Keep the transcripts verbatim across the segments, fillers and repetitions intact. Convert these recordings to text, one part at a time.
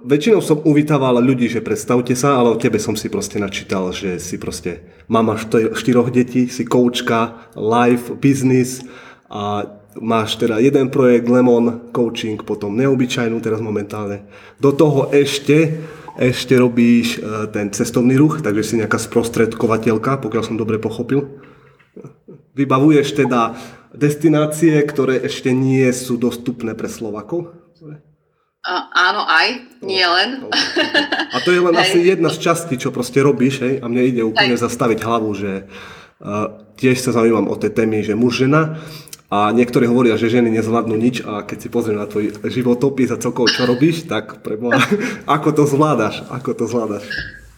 väčšinou som uvítával ľudí, že predstavte sa, ale o tebe som si proste načítal, že si proste mama štyr, štyroch detí, si koučka, life, business a máš teda jeden projekt Lemon Coaching, potom Neobyčajnú teraz momentálne. Do toho ešte, ešte robíš ten cestovný ruch, takže si nejaká sprostredkovateľka, pokiaľ som dobre pochopil. Vybavuješ teda destinácie, ktoré ešte nie sú dostupné pre Slovákov? Uh, áno, aj, nie len. A to je len asi jedna z častí, čo proste robíš, hej? A mne ide úplne aj zastaviť hlavu, že uh, tiež sa zaujímam o tej témy, že muž, žena a niektorí hovoria, že ženy nezvládnu nič a keď si pozriem na tvoj životopis a celkovo čo robíš, tak preboha, ako to zvládaš, ako to zvládaš?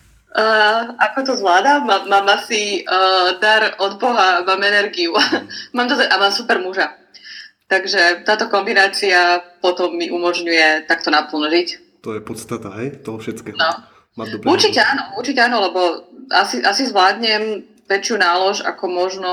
Uh, ako to zvládam? Mám, mám asi uh, dar od Boha, mám energiu mám to, a mám super muža. Takže táto kombinácia potom mi umožňuje takto naplno žiť. To je podstata, hej? Toho všetkého. No. Určite áno, určite áno, lebo asi, asi zvládnem väčšiu nálož ako možno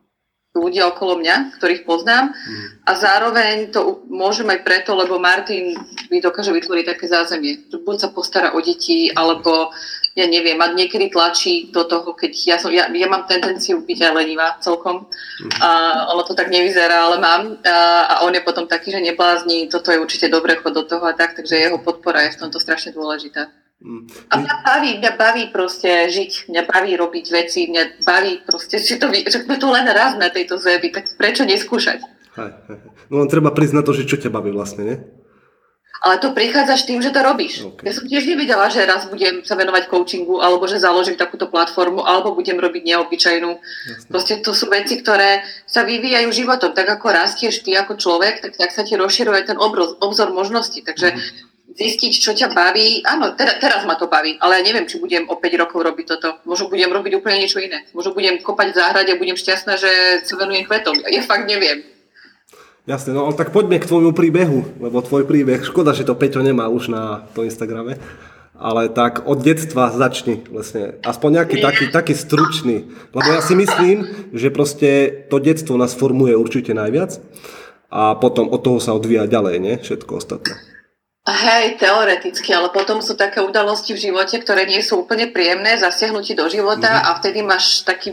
ľudia okolo mňa, ktorých poznám. Mm. A zároveň to môžem aj preto, lebo Martin mi dokáže vytvoriť také zázemie. Buď sa postará o deti, alebo ja neviem, ma niekedy tlačí do toho, keď ja som, ja, ja mám tendenciu byť aj lenivá celkom. Mm. A ono to tak nevyzerá, ale mám. A, a on je potom taký, že neblázni, toto je určite dobré, chod do toho a tak, takže jeho podpora je v tomto strašne dôležitá. Mm. A mňa baví, mňa baví proste žiť, mňa baví robiť veci, mňa baví proste, že to, že to len raz na tejto zemi, tak prečo neskúšať? Hej, hej. No len treba priznať to, že čo ťa baví vlastne, nie? Ale to prichádzaš tým, že to robíš. Okay. Ja som tiež nevedela, že raz budem sa venovať coachingu, alebo že založím takúto platformu, alebo budem robiť neobyčajnú. Jasne. Proste to sú veci, ktoré sa vyvíjajú životom. Tak ako rastieš ty ako človek, tak, tak sa ti rozširuje ten obroz, obzor možností. Takže mm. zistiť, čo ťa baví. Áno, ter- teraz ma to baví, ale ja neviem, či budem o päť rokov robiť toto. Možno budem robiť úplne niečo iné. Možno budem kopať v záhrade a budem šťastná, že sa venujem kvetom. Ja fakt neviem. Jasne, no ale tak poďme k tvojmu príbehu, lebo tvoj príbeh, škoda, že to Peťo nemá už na to Instagrame, ale tak od detstva začni vlastne, aspoň nejaký taký, taký stručný, lebo ja si myslím, že proste to detstvo nás formuje určite najviac a potom od toho sa odvíja ďalej, nie? Všetko ostatné. Hej, teoreticky, ale potom sú také udalosti v živote, ktoré nie sú úplne príjemné, zasiahnu ti do života mm-hmm. a vtedy máš taký,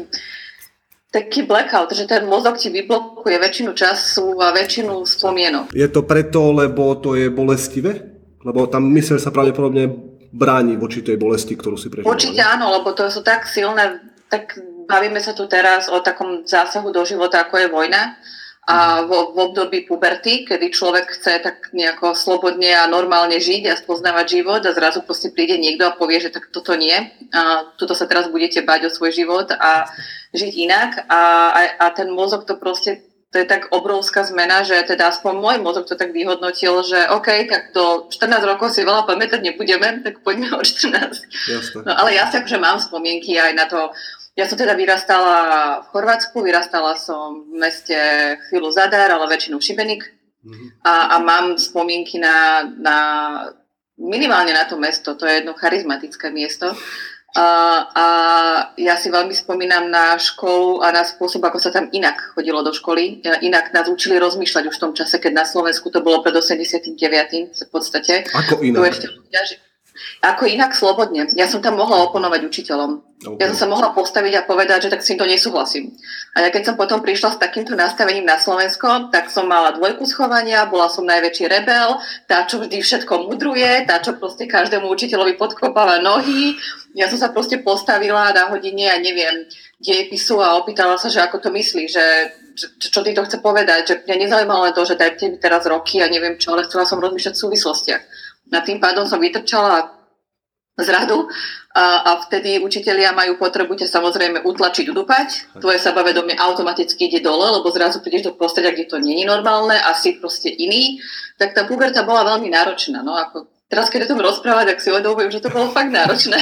taký blackout, že ten mozog ti vyblokuje väčšinu času a väčšinu spomienok. Je to preto, lebo to je bolestivé? Lebo tam myseľ sa pravdepodobne bráni voči tej bolesti, ktorú si prežívala. Určite áno, lebo to sú tak silné, tak bavíme sa tu teraz o takom zásahu do života, ako je vojna. A v, v období puberty, kedy človek chce tak nejako slobodne a normálne žiť a spoznávať život a zrazu proste príde niekto a povie, že tak toto nie. A tuto sa teraz budete báť o svoj život a žiť inak. A, a, a ten mozog to proste, to je tak obrovská zmena, že teda aspoň môj mozog to tak vyhodnotil, že OK, tak do štrnásť rokov si veľa pamätať nebudeme, tak poďme o štrnásť. Jasne. No ale ja si akože mám spomienky aj na to. Ja som teda vyrastala v Chorvátsku, vyrastala som v meste chvíľu Zadar, ale väčšinou Šibenik. Mm-hmm. A, a mám spomienky na, na minimálne na to mesto, to je jedno charizmatické miesto. A, a ja si veľmi spomínam na školu a na spôsob, ako sa tam inak chodilo do školy. Inak nás učili rozmýšľať už v tom čase, keď na Slovensku to bolo pred osemdesiatdeväť v podstate. Ako inak? Ako inak slobodne. Ja som tam mohla oponovať učiteľom. Okay. Ja som sa mohla postaviť a povedať, že tak s týmto nesúhlasím. A ja keď som potom prišla s takýmto nastavením na Slovensko, tak som mala dvojku schovania, bola som najväčší rebel, tá, čo vždy všetko mudruje, tá, čo proste každému učiteľovi podkopáva nohy. Ja som sa proste postavila na hodine, ja neviem, dejepisu a opýtala sa, že ako to myslí, že čo, čo ty to chce povedať, že mňa nezaujímalo len to, že dajte mi teraz roky a neviem čo, ale chcela som rozmýšľať v súvislostiach. A tým pádom som vytrčala z radu a, a vtedy učitelia majú potrebu ťa samozrejme utlačiť, udupať. Tvoje sebavedomie automaticky ide dole, lebo zrazu prídeš do prostredia, kde to nie je normálne a si proste iný. Tak tá puberta bola veľmi náročná. No, ako teraz, keď o tom rozprávať, tak si uvedomujem, že to bolo fakt náročné.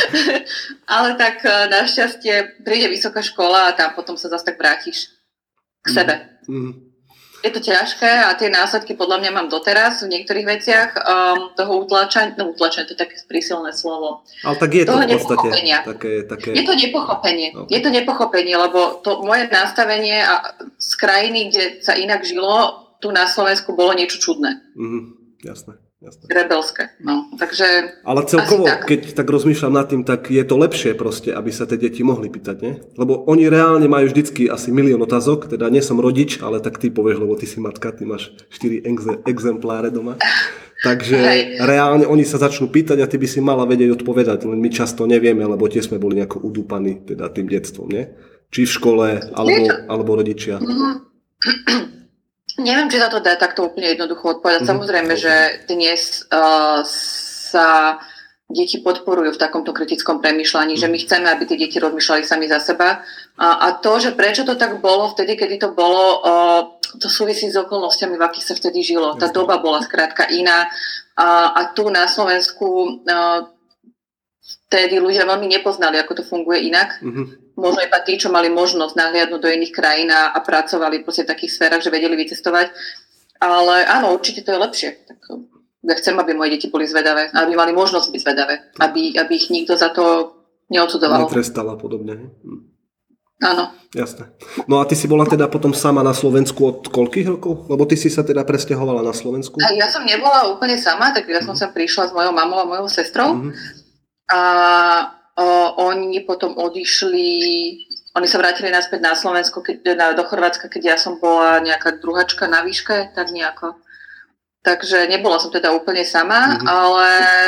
Ale tak našťastie príde vysoká škola a tam potom sa zase tak vrátiš k sebe. Mm. Je to ťažké a tie následky podľa mňa mám doteraz v niektorých veciach um, toho utlačania, no utlačania, to je také prísilné slovo. Ale tak je to v podstate také, také... Je to nepochopenie, okay. Je to nepochopenie, lebo to moje nastavenie a z krajiny, kde sa inak žilo, tu na Slovensku bolo niečo čudné. Mhm, jasné. jasné. Rebelské, no, takže... Ale celkovo, tak. Keď tak rozmýšľam nad tým, tak je to lepšie proste, aby sa tie deti mohli pýtať, nie? Lebo oni reálne majú vždycky asi milión otázok, teda nie som rodič, ale tak ty povieš, lebo ty si matka, ty máš štyri ex- exempláre doma. Takže Hej. reálne oni sa začnú pýtať a ty by si mala vedieť odpovedať, len my často nevieme, lebo tie sme boli nejako udúpaní teda tým detstvom, nie? Či v škole, alebo, alebo rodičia. Mm-hmm. Neviem, či sa to dá takto úplne jednoducho odpovedať. Mm-hmm. Samozrejme, že dnes uh, sa deti podporujú v takomto kritickom premýšľaní, mm-hmm. že my chceme, aby tie deti rozmýšľali sami za seba. A, a to, že prečo to tak bolo vtedy, kedy to bolo, uh, to súvisí s okolnostiami, v akých sa vtedy žilo. Tá doba bola skrátka iná. A, a tu na Slovensku uh, vtedy ľudia veľmi nepoznali, ako to funguje inak. Mm-hmm. Možno iba tí, čo mali možnosť nahliadnúť do iných krajín a, a pracovali proste v takých sférach, že vedeli vycestovať. Ale áno, určite to je lepšie. Tak, ja chcem, aby moje deti boli zvedavé, aby mali možnosť byť zvedavé, aby, aby ich nikto za to neodsudzoval. Netrestal a podobne. Hm. Áno. Jasné. No a ty si bola teda potom sama na Slovensku od koľkých rokov? Lebo ty si sa teda presťahovala na Slovensku. A ja som nebola úplne sama, tak ja som mm. sa prišla s mojou mamou a mojou sestrou. Mm. A O, oni potom odišli, oni sa vrátili naspäť na Slovensko, keď, na, do Chorvátska, keď ja som bola nejaká druhačka na výške, tak nejako. Takže nebola som teda úplne sama, mm-hmm. ale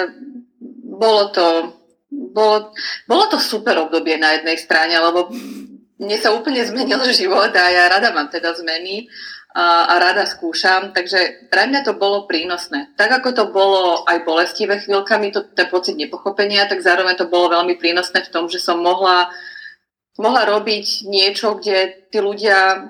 bolo to, bolo, bolo to super obdobie na jednej strane, lebo mne sa úplne zmenil život a ja rada mám teda zmeny. A, a rada skúšam, takže pre mňa to bolo prínosné. Tak ako to bolo aj bolestivé chvíľkami, to, ten pocit nepochopenia, tak zároveň to bolo veľmi prínosné v tom, že som mohla, mohla robiť niečo, kde tí ľudia,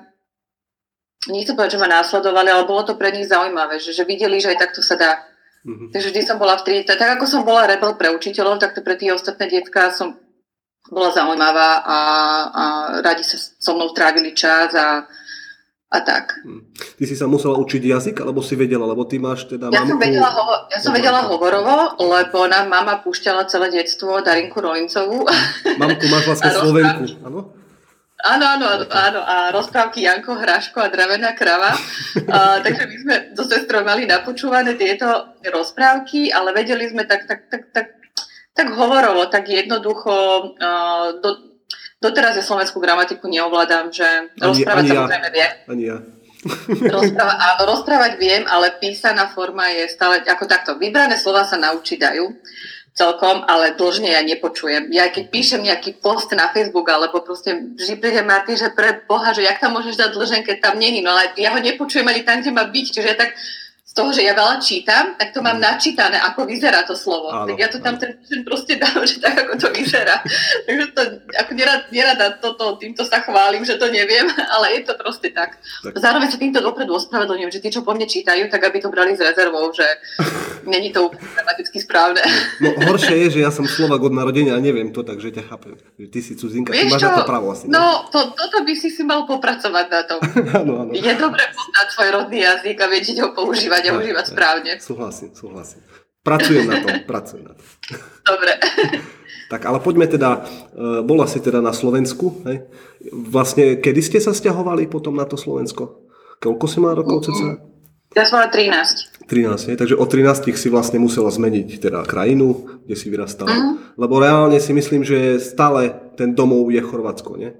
nechcem povedať, že ma následovali, ale bolo to pre nich zaujímavé, že, že videli, že aj takto sa dá. Mm-hmm. Takže vždy som bola v triede, tak ako som bola rebel pre učiteľov, tak to pre tie ostatné decká som bola zaujímavá a, a radi sa so mnou trávili čas a A tak. Ty si sa musela učiť jazyk, alebo si vedela, lebo ty máš teda ja mamku... Som vedela hovo- ja som vedela hovorovo, lebo nám mama púšťala celé detstvo Darinku Rolincovú. Mamku máš vlastne Slovenku, áno? Áno, áno, áno. A rozprávky Janko, Hraško a Dravená krava. A, takže my sme so sestrou mali napočúvané tieto rozprávky, ale vedeli sme tak, tak, tak, tak, tak hovorovo, tak jednoducho uh, do Doteraz ja slovenskú gramatiku neovládam, že ani, rozprávať ani samozrejme ja. viem. Ani ja. Rozpráva, áno, rozprávať viem, ale písaná forma je stále ako takto. Vybrané slova sa naučiť dajú celkom, ale dlžne ja nepočujem. Ja keď píšem nejaký post na Facebook, alebo proste vždy príde Martin, že pre Boha, že jak tam môžeš dať dlžen, keď tam není, no ale ja ho nepočujem ani tam, kde má byť, čiže ja tak z toho, že ja veľa čítam, tak to mám načítané, ako vyzerá to slovo. Áno, tak ja to tam ten, ten proste dám, že tak, ako to vyzerá. Takže to, ako nerada, nerada toto, týmto sa chválim, že to neviem, ale je to proste tak. tak. Zároveň sa týmto dopredu ospravedlňujem, že tí, čo po mne čítajú, tak aby to brali s rezervou, že není to gramaticky správne. No horšie je, že ja som Slovák od narodenia a neviem to, takže ťa chápem. Že ty si cudzinka, ty máš na to právo asi. No, to, toto by si si mal popracovať na tom. Áno, áno. Je dobre poznať svoj rodný jazyk a vedieť ho používať a užívať správne. Súhlasím, súhlasím. Pracujem na tom, pracujem na tom. Dobre. Tak, ale poďme teda, bola si teda na Slovensku, hej? Vlastne, kedy ste sa sťahovali potom na to Slovensko? Koľko si mala rokov cca? Ja som mala trinásť. trinásť, hej? Takže od trinástich si vlastne musela zmeniť teda krajinu, kde si vyrastala. Mm. Lebo reálne si myslím, že stále ten domov je Chorvátsko, nie?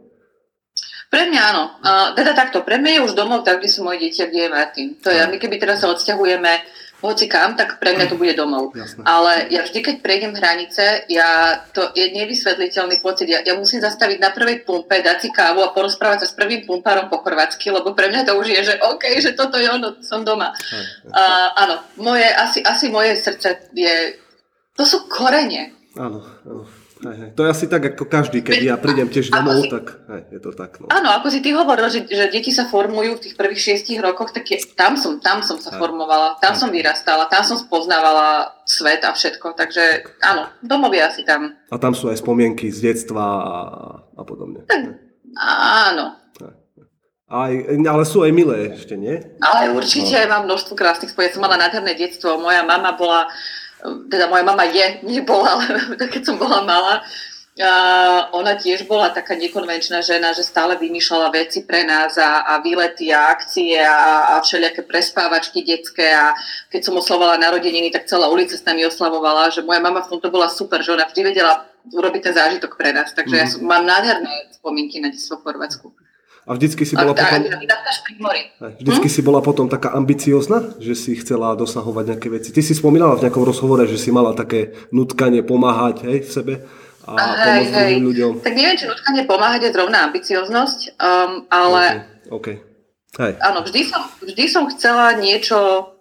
Pre mňa áno. Uh, teda takto, pre mňa je už domov tak, kde sú moje deti a kde je Martin. To je, my keby teraz sa odsťahujeme hoci kam, tak pre mňa to bude domov. Jasne. Ale ja vždy, keď prejdem hranice, ja, to je nevysvetliteľný pocit. Ja, ja musím zastaviť na prvej pumpe, dať si kávu a porozprávať sa s prvým pumpárom po chorvátsky, lebo pre mňa to už je, že OK, že toto je ono, som doma. Uh, áno, moje, asi, asi moje srdce je, to sú korene. Áno, áno. Hej, hej. To je asi tak, ako každý, keď ja prídem tiež domov, si, tak hej, je to tak. No. Áno, ako si ty hovoril, že, že deti sa formujú v tých prvých šiestich rokoch, tak je, tam som, tam som sa hej. formovala, tam hej. som vyrastala, tam som spoznávala svet a všetko, takže áno, domov je asi tam. A tam sú aj spomienky z detstva a, a podobne. Tak, áno. Aj, ale sú aj milé ešte, nie? Ale určite no. mám množstvo krásnych spomienok. Som mala nádherné detstvo, moja mama bola... Teda moja mama je, nebola, ale keď som bola malá, Uh, ona tiež bola taká nekonvenčná žena, že stále vymýšľala veci pre nás a, a výlety a akcie a, a všelijaké prespávačky detské a keď som oslavovala narodeniny, tak celá ulica s nami oslavovala, že moja mama v tomto bola super, že ona vždy vedela urobiť ten zážitok pre nás, takže mm. ja som, mám nádherné spomienky na detstvo v Chorvátsku. A vždycky si bola a, potom... A, vždycky hm? si bola potom taká ambiciózna, že si chcela dosahovať nejaké veci. Ty si spomínala v nejakom rozhovore, že si mala také nutkanie pomáhať, hej, v sebe a pomôcť druhým ľuďom. Tak neviem, či nutkanie pomáhať je zrovna ambicioznosť, um, ale... Okay. Okay. Hej. Áno, vždy som, vždy som chcela niečo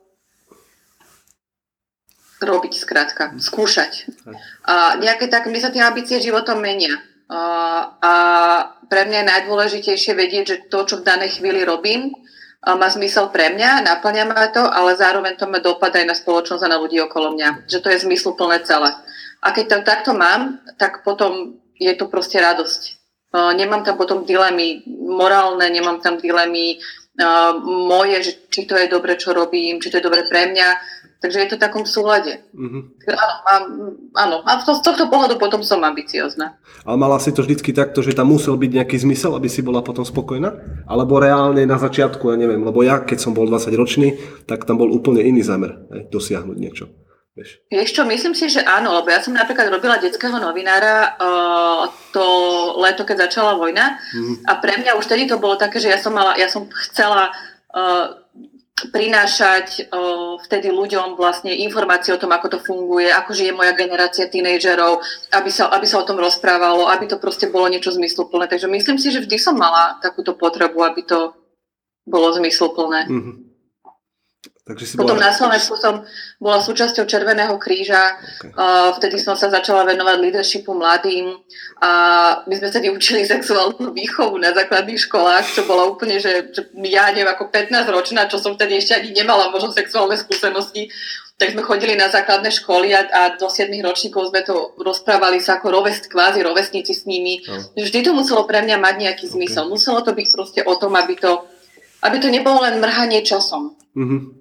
robiť, skrátka, skúšať. Hej. A nejaké tak, mne sa tie ambície životom menia. Uh, a pre mňa je najdôležitejšie vedieť, že to, čo v danej chvíli robím, uh, má zmysel pre mňa, naplňa ma to, ale zároveň to má dopad aj na spoločnosť a na ľudí okolo mňa. Že to je zmysluplné celé. A keď to takto mám, tak potom je to proste radosť. Uh, nemám tam potom dilemy morálne, nemám tam dilemy uh, moje, že či to je dobre, čo robím, či to je dobre pre mňa. Takže je to v takom súlade. Mm-hmm. Áno, mám, áno, a z tohto pohľadu potom som ambiciozna. Ale mala si to vždycky takto, že tam musel byť nejaký zmysel, aby si bola potom spokojná? Alebo reálne na začiatku, ja neviem, lebo ja, keď som bol dvadsaťročný, tak tam bol úplne iný zámer, aj, dosiahnuť niečo. Vieš. Vieš čo, myslím si, že áno, lebo ja som napríklad robila detského novinára uh, to leto, keď začala vojna mm-hmm. a pre mňa už tedy to bolo také, že ja som, mala, ja som chcela... Uh, prinášať o, vtedy ľuďom vlastne informácie o tom, ako to funguje, ako žije moja generácia tínejdžerov, aby sa, aby sa o tom rozprávalo, aby to proste bolo niečo zmysluplné. Takže myslím si, že vždy som mala takúto potrebu, aby to bolo zmysluplné. Mm-hmm. Takže si Potom bola... na Slovensku som bola súčasťou Červeného kríža, okay. uh, vtedy som sa začala venovať leadershipu mladým a my sme sa učili sexuálnu výchovu na základných školách, čo bolo úplne, že, že ja neviem, ako pätnásťročná, čo som vtedy ešte ani nemala možno sexuálne skúsenosti, tak sme chodili na základné školy a, a do siedmich ročníkov sme to rozprávali sa ako rovest, kvázi rovesníci s nimi. No. Vždy to muselo pre mňa mať nejaký okay. zmysel. Muselo to byť proste o tom, aby to, aby to nebolo len mrhanie časom. Mhm.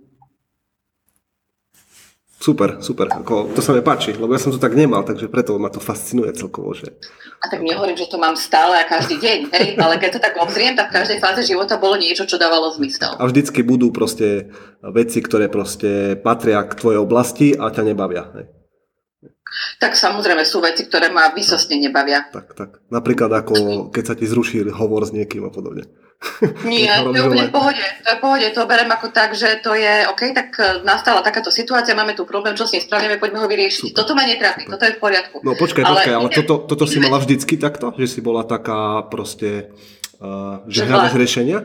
Super, super. Ako, to sa mi páči, lebo ja som to tak nemal, takže preto ma to fascinuje celkovo. Že... A tak nehovorím, že to mám stále a každý deň, hej? Ale keď to tak obzriem, tak v každej fáze života bolo niečo, čo dávalo zmysel. A vždycky budú proste veci, ktoré proste patria k tvojej oblasti a ťa nebavia. Hej? Tak samozrejme sú veci, ktoré ma výsostne nebavia. Tak, tak. Napríklad ako keď sa ti zruší hovor s niekým a podobne. Nie, to je úplne v pohode. To je v pohode, to berem ako tak, že to je OK, tak nastala takáto situácia, máme tu problém, čo s ním spravíme, poďme ho vyriešiť. Super. Toto ma netrápi, toto je v poriadku. No počkaj, ale počkaj, ale ide, toto, toto ide, si mala vždycky takto? Že si bola taká proste, uh, že hľadaš riešenia?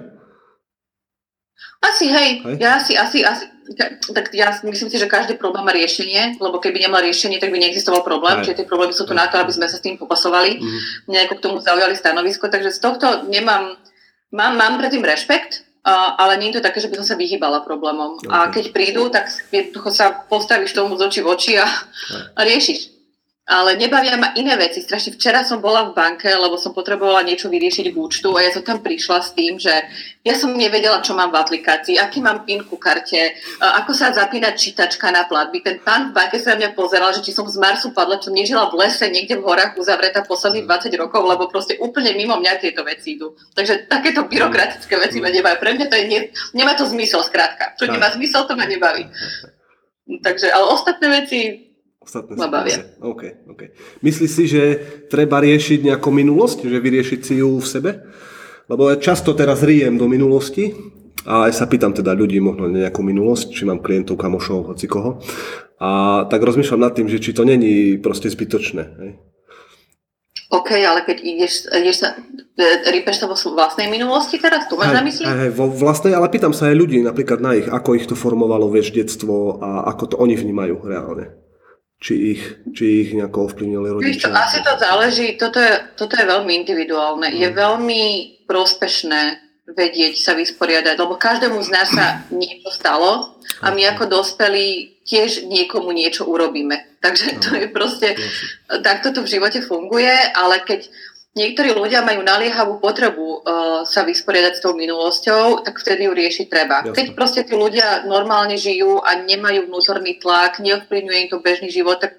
Asi, hej, hej. ja asi, asi, asi, tak ja myslím si, že každý problém má riešenie, lebo keby nemal riešenie, tak by neexistoval problém, hej. Čiže tie problémy sú tu na to, aby sme sa s tým popasovali, mm. nejako k tomu zaujali stanovisko, takže z tohto nemám, mám, mám predtým rešpekt, uh, ale nie je to také, že by som sa vyhýbala problémom. Okay. A keď prídu, tak jednoducho sa postavíš tomu z očí v oči a, a riešiš. Ale nebavia ma iné veci. Strašne včera som bola v banke, lebo som potrebovala niečo vyriešiť k účtu a ja som tam prišla s tým, že ja som nevedela, čo mám v aplikácii, aký mám PIN ku karte, ako sa zapína čítačka na platby. Ten pán v banke sa na mňa pozeral, že či som z Marsu padla, čo nežila v lese, niekde v horách uzavretá posledných dvadsať rokov, lebo proste úplne mimo mňa tieto veci idú. Takže takéto byrokratické veci ma nebaví. Pre mňa to je, nie, nemá to zmysel, skrátka. Čo nemá zmysel, to ma nebaví. Takže, ale ostatné veci Ostatné sa bavia. Okay, okay. Myslíš si, že treba riešiť nejakú minulosť? Že vyriešiť si ju v sebe? Lebo ja často teraz rijem do minulosti a aj sa pýtam teda ľudí možno na nejakú minulosť, či mám klientov, kamošov, hocikoho. A tak rozmýšľam nad tým, že či to není proste zbytočné. Hej? OK, ale keď ideš, ideš sa, rýpeš sa vo vlastnej minulosti teraz? Tu máš na mysli? Hej, vo vlastnej, ale pýtam sa aj ľudí, napríklad na ich, ako ich to formovalo, vieš, detstvo a ako to oni vnímajú reálne. Či ich, či ich nejako ovplyvnili rodičia? Asi to záleží, toto je, toto je veľmi individuálne. Mm. Je veľmi prospešné vedieť sa vysporiadať, lebo každému z nás sa niečo stalo a my ako dospelí tiež niekomu niečo urobíme. Takže to je proste, takto to v živote funguje, ale keď niektorí ľudia majú naliehavú potrebu uh, sa vysporiadať s tou minulosťou, tak vtedy ju riešiť treba. Jasne. Keď proste tí ľudia normálne žijú a nemajú vnútorný tlak, neovplyvňuje im to bežný život, tak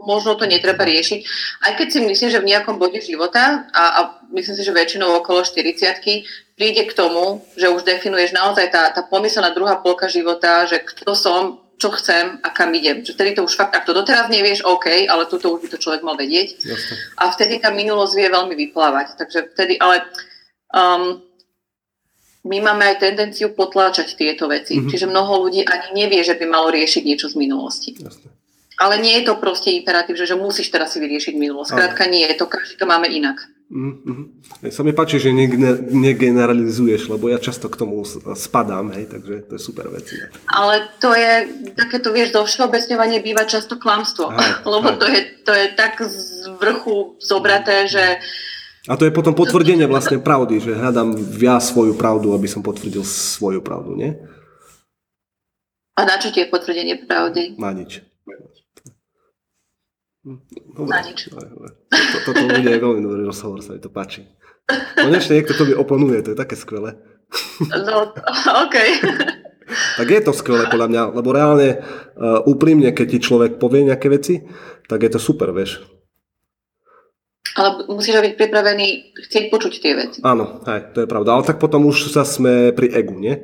možno to netreba riešiť. Aj keď si myslím, že v nejakom bode života, a, a myslím si, že väčšinou okolo štyridsiatky, príde k tomu, že už definuješ naozaj tá, tá pomyselná druhá polka života, že kto som, čo chcem a kam idem. Že vtedy to už fakt, ak to doteraz nevieš, OK, ale tuto už by to človek mal vedieť. Jasne. A vtedy tá minulosť vie veľmi vyplávať. Takže vtedy, ale um, my máme aj tendenciu potláčať tieto veci. Mm-hmm. Čiže mnoho ľudí ani nevie, že by malo riešiť niečo z minulosti. Jasne. Ale nie je to proste imperatív, že, že musíš teraz si vyriešiť minulosť. Skrátka nie je to, každý to máme inak. Mm-hmm. Sa mi páči, že negeneralizuješ, lebo ja často k tomu spadám, hej, takže to je super vec. Ale to je, takéto, vieš, do všeobecňovanie býva často klamstvo, aj, lebo aj. To, je, to je tak z vrchu zobraté, že... A to je potom potvrdenie vlastne pravdy, že hľadám ja svoju pravdu, aby som potvrdil svoju pravdu, nie? A na čo ti je potvrdenie pravdy? Na nič. Dobre, na nič. Toto to bude veľmi dobrý rozhovor, sa mi to páči. Konečne niekto to mi oponuje, to je také skvelé. No, OK. Tak je to skvelé podľa mňa, lebo reálne uh, úprimne, keď ti človek povie nejaké veci, tak je to super, vieš. Ale musíš byť pripravený chcieť počuť tie veci. Áno, aj, to je pravda. Ale tak potom už sa sme pri egu, nie?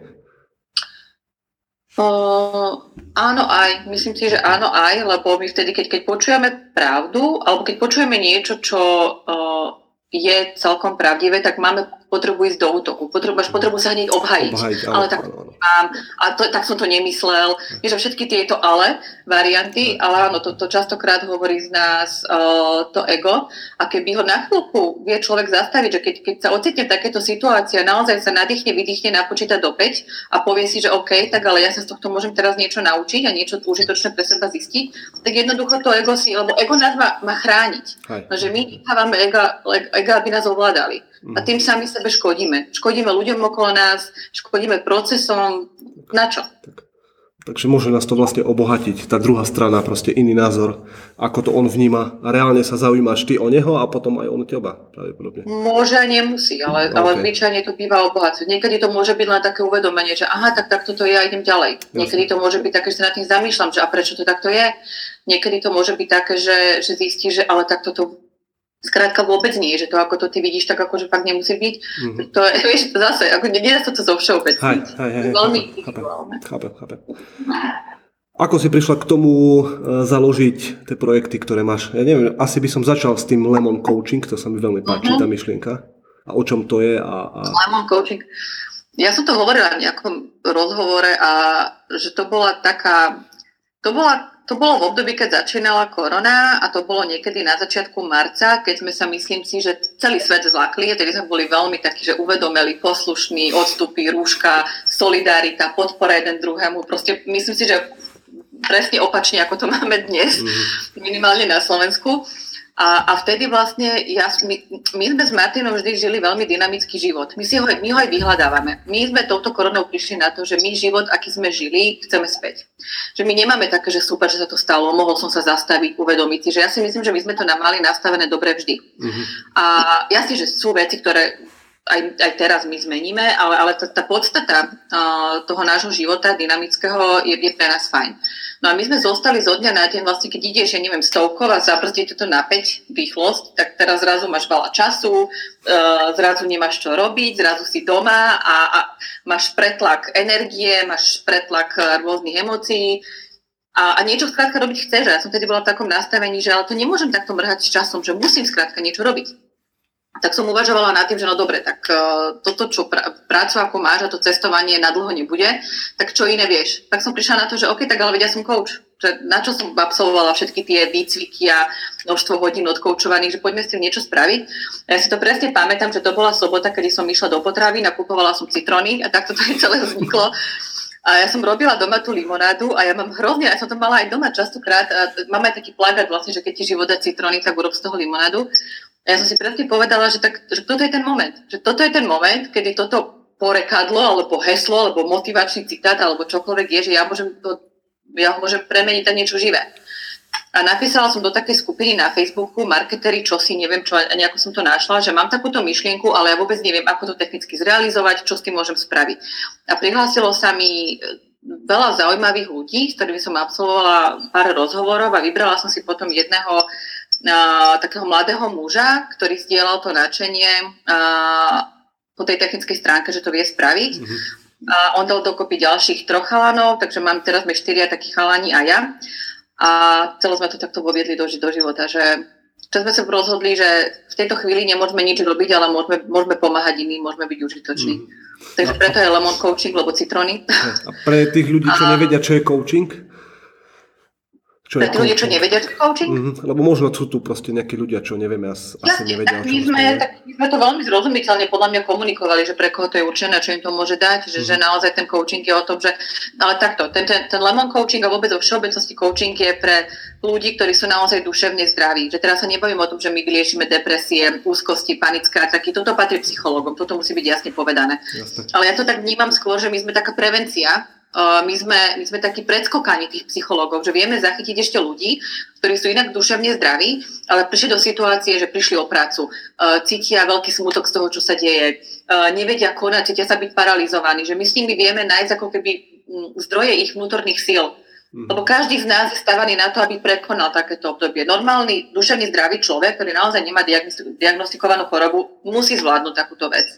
Uh, áno aj, myslím si, že áno aj, lebo my vtedy, keď, keď počujeme pravdu, alebo keď počujeme niečo, čo uh, je celkom pravdivé, tak máme potrebu ísť do útoku. Potrebu, máš potrebu sa hneď obhajiť. obhajiť áno, ale tak áno, áno. Mám, a to, tak som to nemyslel. Vieš, všetky tieto ale varianty, ale áno, to, to častokrát hovorí z nás uh, to ego. A keby ho na chvíľku vie človek zastaviť, že keď, keď sa ocitne v takéto situácii a naozaj sa nadýchne, vydýchne, napočíta do päť a povie si, že OK, tak ale ja sa z tohto môžem teraz niečo naučiť a niečo užitočné pre seba zistiť, tak jednoducho to ego si, lebo ego nás má, má chrániť. No, že my nechávame ega, ega, aby nás ovládali. A tým sami sebe škodíme. Škodíme ľuďom okolo nás, škodíme procesom. Na čo? Tak. Takže môže nás to vlastne obohatiť. Tá druhá strana, proste iný názor, ako to on vníma. A reálne sa zaujímaš ty o neho a potom aj on o teba. Pravdepodobne. Môže a nemusí, ale, okay. ale zvyčajne to býva obohacuje. Niekedy to môže byť len také uvedomenie, že aha, tak takto to je a idem ďalej. Jasne. Niekedy to môže byť také, že sa nad tým zamýšľam, že a prečo to takto je. Niekedy to môže byť také, že, že zistíš, že ale takto to skrátka vôbec nie, že to ako to ty vidíš, tak akože fakt nemusí byť. Mm-hmm. To je, vieš, to zase, ako nedá sa to zo všeobecniť. Veľmi individuálne. Chápem, chápem. Ako si prišla k tomu založiť tie projekty, ktoré máš? Ja neviem, asi by som začal s tým Lemon Coaching, to sa mi veľmi páči, mm-hmm. tá myšlienka. A o čom to je? A, a... Lemon Coaching. Ja som to hovorila v nejakom rozhovore a že to bola taká, to bola To bolo v období, keď začínala korona a to bolo niekedy na začiatku marca, keď sme sa, myslím si, že celý svet zlakli a tedy sme boli veľmi takí, že uvedomili, poslušní, odstupy, rúška, solidarita, podpora jeden druhému. Proste myslím si, že presne opačne, ako to máme dnes, mm-hmm. minimálne na Slovensku. A, a vtedy vlastne ja, my, my sme s Martinom vždy žili veľmi dynamický život. My, si ho, my ho aj vyhľadávame. My sme touto koronou prišli na to, že my život, aký sme žili, chceme späť. Že my nemáme také, že super, že sa to stalo, mohol som sa zastaviť, uvedomiť si, že ja si myslím, že my sme to mali nastavené dobre vždy. Mm-hmm. A jasne, že sú veci, ktoré aj, aj teraz my zmeníme, ale, ale tá, tá podstata uh, toho nášho života dynamického je, je pre nás fajn. No a my sme zostali zo dňa na deň, vlastne keď ideš, ja neviem, stovkov a zabrzdíte to na päť rýchlosť, tak teraz zrazu máš veľa času, uh, zrazu nemáš čo robiť, zrazu si doma a, a máš pretlak energie, máš pretlak rôznych emócií a, a niečo skrátka robiť chceš. Ja som tedy bola v takom nastavení, že ale to nemôžem takto mrhať s časom, že musím skrátka niečo robiť. Tak som uvažovala nad tým, že no dobre, tak uh, toto, čo pr- prácu ako máš a to cestovanie na dlho nebude, tak čo iné vieš? Tak som prišla na to, že OK, tak ale vedia som coach. Že na čo som absolvovala všetky tie výcviky a množstvo hodín odkoučovaných, že poďme s tým niečo spraviť. A ja si to presne pamätám, že to bola sobota, kedy som išla do potravy, nakupovala som citróny a takto to aj celé vzniklo. A ja som robila doma tú limonádu a ja mám hrozne, ja som to mala aj doma častokrát, a mám aj taký plagát vlastne, že keď ti život dá citróny, tak urob z toho limonádu. A ja som si presne povedala, že, tak, že toto je ten moment. Že toto je ten moment, kedy toto porekadlo, alebo heslo, alebo motivačný citát, alebo čokoľvek je, že ja môžem to, ja ho môžem premeniť na niečo živé. A napísala som do takej skupiny na Facebooku, marketeri, čo si, neviem čo, nejako som to našla, že mám takúto myšlienku, ale ja vôbec neviem, ako to technicky zrealizovať, čo s tým môžem spraviť. A prihlásilo sa mi veľa zaujímavých ľudí, s ktorými som absolvovala pár rozhovorov a vybrala som si potom jedného uh, takého mladého muža, ktorý zdieľal to nadšenie uh, po tej technickej stránke, že to vie spraviť. Mm-hmm. A on dal dokopy ďalších troch chalanov, takže mám teraz sme štyria takí chalani a ja. A celé sme to takto voviedli do, do života, že čo sme sa rozhodli, že v tejto chvíli nemôžeme nič robiť, ale môžeme, môžeme pomáhať iným, môžeme byť užitoční. Mm. Takže preto je lemon coaching, lebo citróny. A pre tých ľudí, čo nevedia, čo je coaching? Čo pre tých ľudí, čo nevedia, čo je coaching? Mm-hmm. Lebo možno sú tu proste nejakí ľudia, čo nevieme, asi Jasne, nevedia, tak my, sme, tak my sme to veľmi zrozumiteľne podľa mňa komunikovali, že pre koho to je určené, čo im to môže dať, že, mm-hmm. že naozaj ten coaching je o tom, že ale takto, ten, ten, ten lemon coaching a vôbec vo všeobecnosti coaching je pre ľudí, ktorí sú naozaj duševne zdraví. Že teraz sa nebavím o tom, že my vyliešime depresie, úzkosti, panické ataky. Toto patrí psychológom, toto musí byť jasne povedané. Jasne. Ale ja to tak vnímam skôr, že my sme taká prevencia. Uh, my, sme, my sme takí predskokáni tých psychológov, že vieme zachytiť ešte ľudí, ktorí sú inak duševne zdraví, ale prišli do situácie, že prišli o prácu, uh, cítia veľký smutok z toho, čo sa deje, uh, nevedia konať, cítia sa byť paralizovaní, že my s nimi vieme nájsť ako keby zdroje ich vnútorných síl. Mm-hmm. Lebo každý z nás je stavaný na to, aby prekonal takéto obdobie. Normálny duševne zdravý človek, ktorý naozaj nemá diagnostikovanú chorobu, musí zvládnuť takúto vec.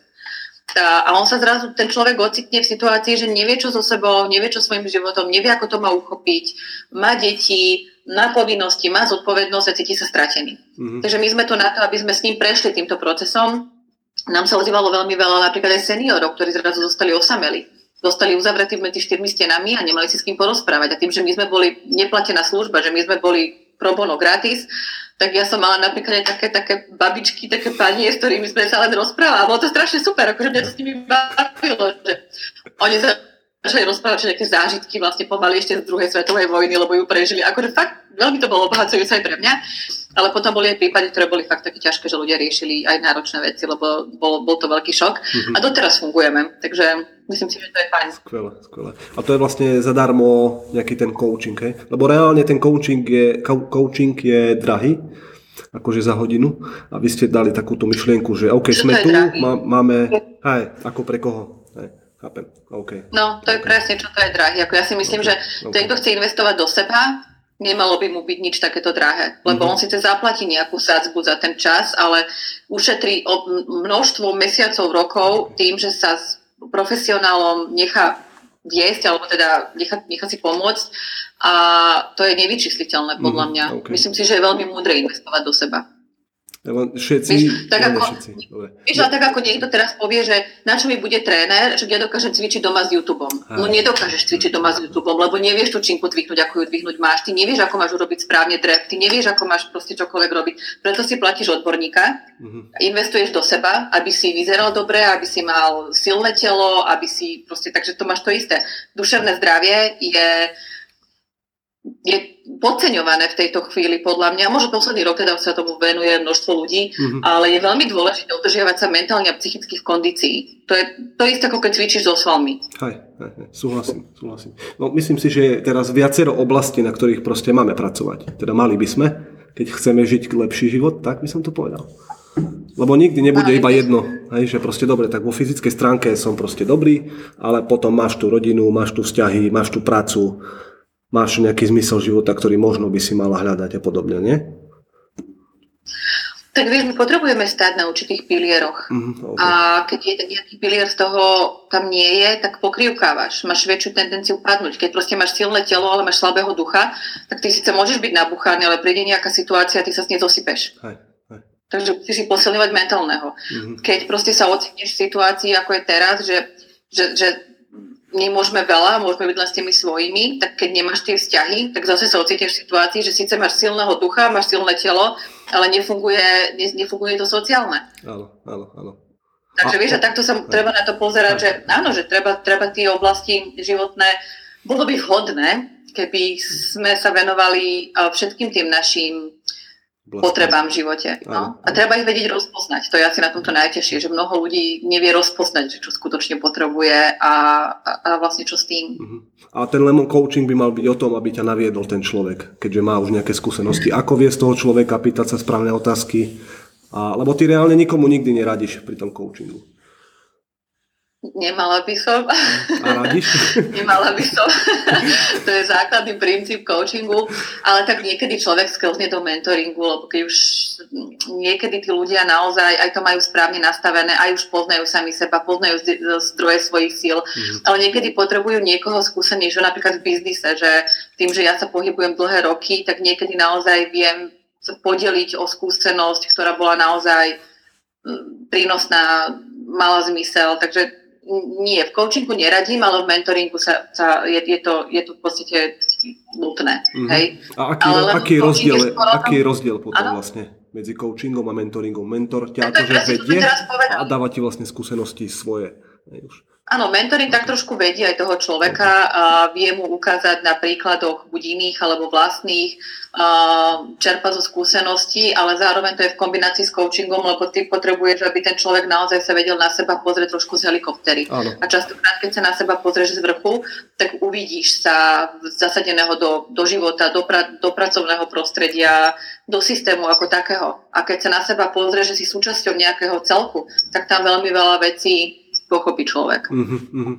A on sa zrazu, ten človek ocitne v situácii, že nevie čo so sebou, nevie čo svojím životom, nevie ako to má uchopiť, má deti, má povinnosti, má zodpovednosť a cíti sa stratený. Mm-hmm. Takže my sme tu na to, aby sme s ním prešli týmto procesom. Nám sa ozývalo veľmi veľa napríklad aj seniorov, ktorí zrazu zostali osameli. Zostali uzavretí medzi štyrmi stenami a nemali si s kým porozprávať. A tým, že my sme boli neplatená služba, že my sme boli pro bono gratis, tak ja som mala napríklad aj také, také babičky, také panie, s ktorými sme sa len rozprávali. A bolo to strašne super, akože mňa to s nimi bavilo, že oni sa začali rozprávať nejaké zážitky vlastne pomaly ešte z druhej svetovej vojny, lebo ju prežili. Akože fakt veľmi to bolo obohacujúce aj pre mňa. Ale potom boli aj prípady, ktoré boli fakt také ťažké, že ľudia riešili aj náročné veci, lebo bol, bol to veľký šok. Mm-hmm. A doteraz fungujeme, takže myslím si, že to je fajn. Skvelé, skvelé. A to je vlastne zadarmo nejaký ten coaching, hej? Lebo reálne ten coaching je, coaching je drahý, akože za hodinu. A vy ste dali takúto myšlienku, že OK, čo sme tu, má, máme, hej, ako pre koho, hej. Chápem, OK. No, to je okay. Presne, čo to je drahý. Ako ja si myslím, okay. že okay. ten, kto chce investovať do seba, nemalo by mu byť nič takéto drahé. Lebo mm-hmm. on síce zaplatí nejakú sadzbu za ten čas, ale ušetrí množstvo mesiacov, rokov tým, že sa s profesionálom nechá viesť, alebo teda nechá, nechá si pomôcť. A to je nevyčísliteľné podľa mňa. Mm-hmm. Okay. Myslím si, že je veľmi múdre investovať do seba. Všetci, víš, tak ako, všetci. Víš, ale tak ako niekto teraz povie, že na čo mi bude tréner, že ja dokážem cvičiť doma s YouTubeom. Aj. No nedokážeš cvičiť doma s YouTubeom, lebo nevieš tú činku dvihnúť, ako ju dvihnúť máš. Ty nevieš, ako máš urobiť správne drep, ty nevieš, ako máš proste čokoľvek robiť. Preto si platíš odborníka, uh-huh. investuješ do seba, aby si vyzeral dobre, aby si mal silné telo, aby si proste, takže to máš to isté. Duševné zdravie je je podceňované v tejto chvíli podľa mňa. Možno posledný rok teda sa tomu venuje množstvo ľudí, mm-hmm. ale je veľmi dôležité udržiavať sa mentálne a psychicky v kondícii. To je to isté, ako keď cvičíš so svalmi. Hej, hej, hej, súhlasím, súhlasím. No, myslím si, že je teraz viacero oblastí, na ktorých proste máme pracovať. Teda mali by sme, keď chceme žiť lepší život, tak by som to povedal. Lebo nikdy nebude iba jedno, hej, že proste dobre, tak vo fyzickej stránke som proste dobrý, ale potom máš tú rodinu, máš tu vzťahy, máš tu prácu, máš nejaký zmysel života, ktorý možno by si mala hľadať a podobne, nie? Tak vieš, my potrebujeme stáť na určitých pilieroch. Mm, okay. A keď je nejaký pilier z toho tam nie je, tak pokrývkávaš. Máš väčšiu tendenciu padnúť. Keď proste máš silné telo, ale máš slabého ducha, tak ty síce môžeš byť nabuchaný, ale príde nejaká situácia a ty sa s nej zosypeš. Hej, hej. Takže musíš si posilňovať mentálneho. Mm-hmm. Keď proste sa ocitneš v situácii, ako je teraz, že, že, že nemôžeme veľa, môžeme byť len s tými svojimi, tak keď nemáš tie vzťahy, tak zase sa ocitneš v situácii, že síce máš silného ducha, máš silné telo, ale nefunguje, ne, nefunguje to sociálne. Áno, áno, áno. Takže a, vieš, a takto sa a, treba na to pozerať, a, že áno, že treba, treba tie oblasti životné, bolo by vhodné, keby sme sa venovali všetkým tým našim potrebám v živote. No? A treba ich vedieť rozpoznať. To je asi na tomto najťažšie, že mnoho ľudí nevie rozpoznať, čo skutočne potrebuje a, a, a vlastne čo s tým. Uh-huh. A ten lemon coaching by mal byť o tom, aby ťa naviedol ten človek, keďže má už nejaké skúsenosti. Ako vie z toho človeka pýtať sa správne otázky. A, lebo ty reálne nikomu nikdy neradíš pri tom coachingu. Nemala by som. A radíš? Nemala by som. To je základný princíp coachingu, ale tak niekedy človek sklzne do mentoringu, lebo keď už niekedy tí ľudia naozaj aj to majú správne nastavené, aj už poznajú sami seba, poznajú zdroje svojich síl, mm. ale niekedy potrebujú niekoho skúsenejšieho, napríklad v biznise, že tým, že ja sa pohybujem dlhé roky, tak niekedy naozaj viem podeliť o skúsenosť, ktorá bola naozaj prínosná, mala zmysel, takže nie, v coachingu neradím, ale v mentoringu sa, sa je, je, to, je to v podstate nutné. Mm-hmm. Hej? A aký, aký, je rozdiel, je aký je rozdiel potom ano? Vlastne medzi coachingom a mentoringom? Mentor ťa akože vedie a dáva ti vlastne skúsenosti svoje. Hej, už. Áno, mentoring tak trošku vedie aj toho človeka a vie mu ukázať na príkladoch buď iných alebo vlastných, čerpa zo skúseností, ale zároveň to je v kombinácii s coachingom, lebo ty potrebuješ, aby ten človek naozaj sa vedel na seba pozrieť trošku z helikoptery. Áno. A častokrát, keď sa na seba pozrieš z vrchu, tak uvidíš sa zasadeného do, do života, do, pra, do pracovného prostredia, do systému ako takého. A keď sa na seba pozrieš, že si súčasťou nejakého celku, tak tam veľmi veľa vecí pochopí človek. Uh-huh, uh-huh.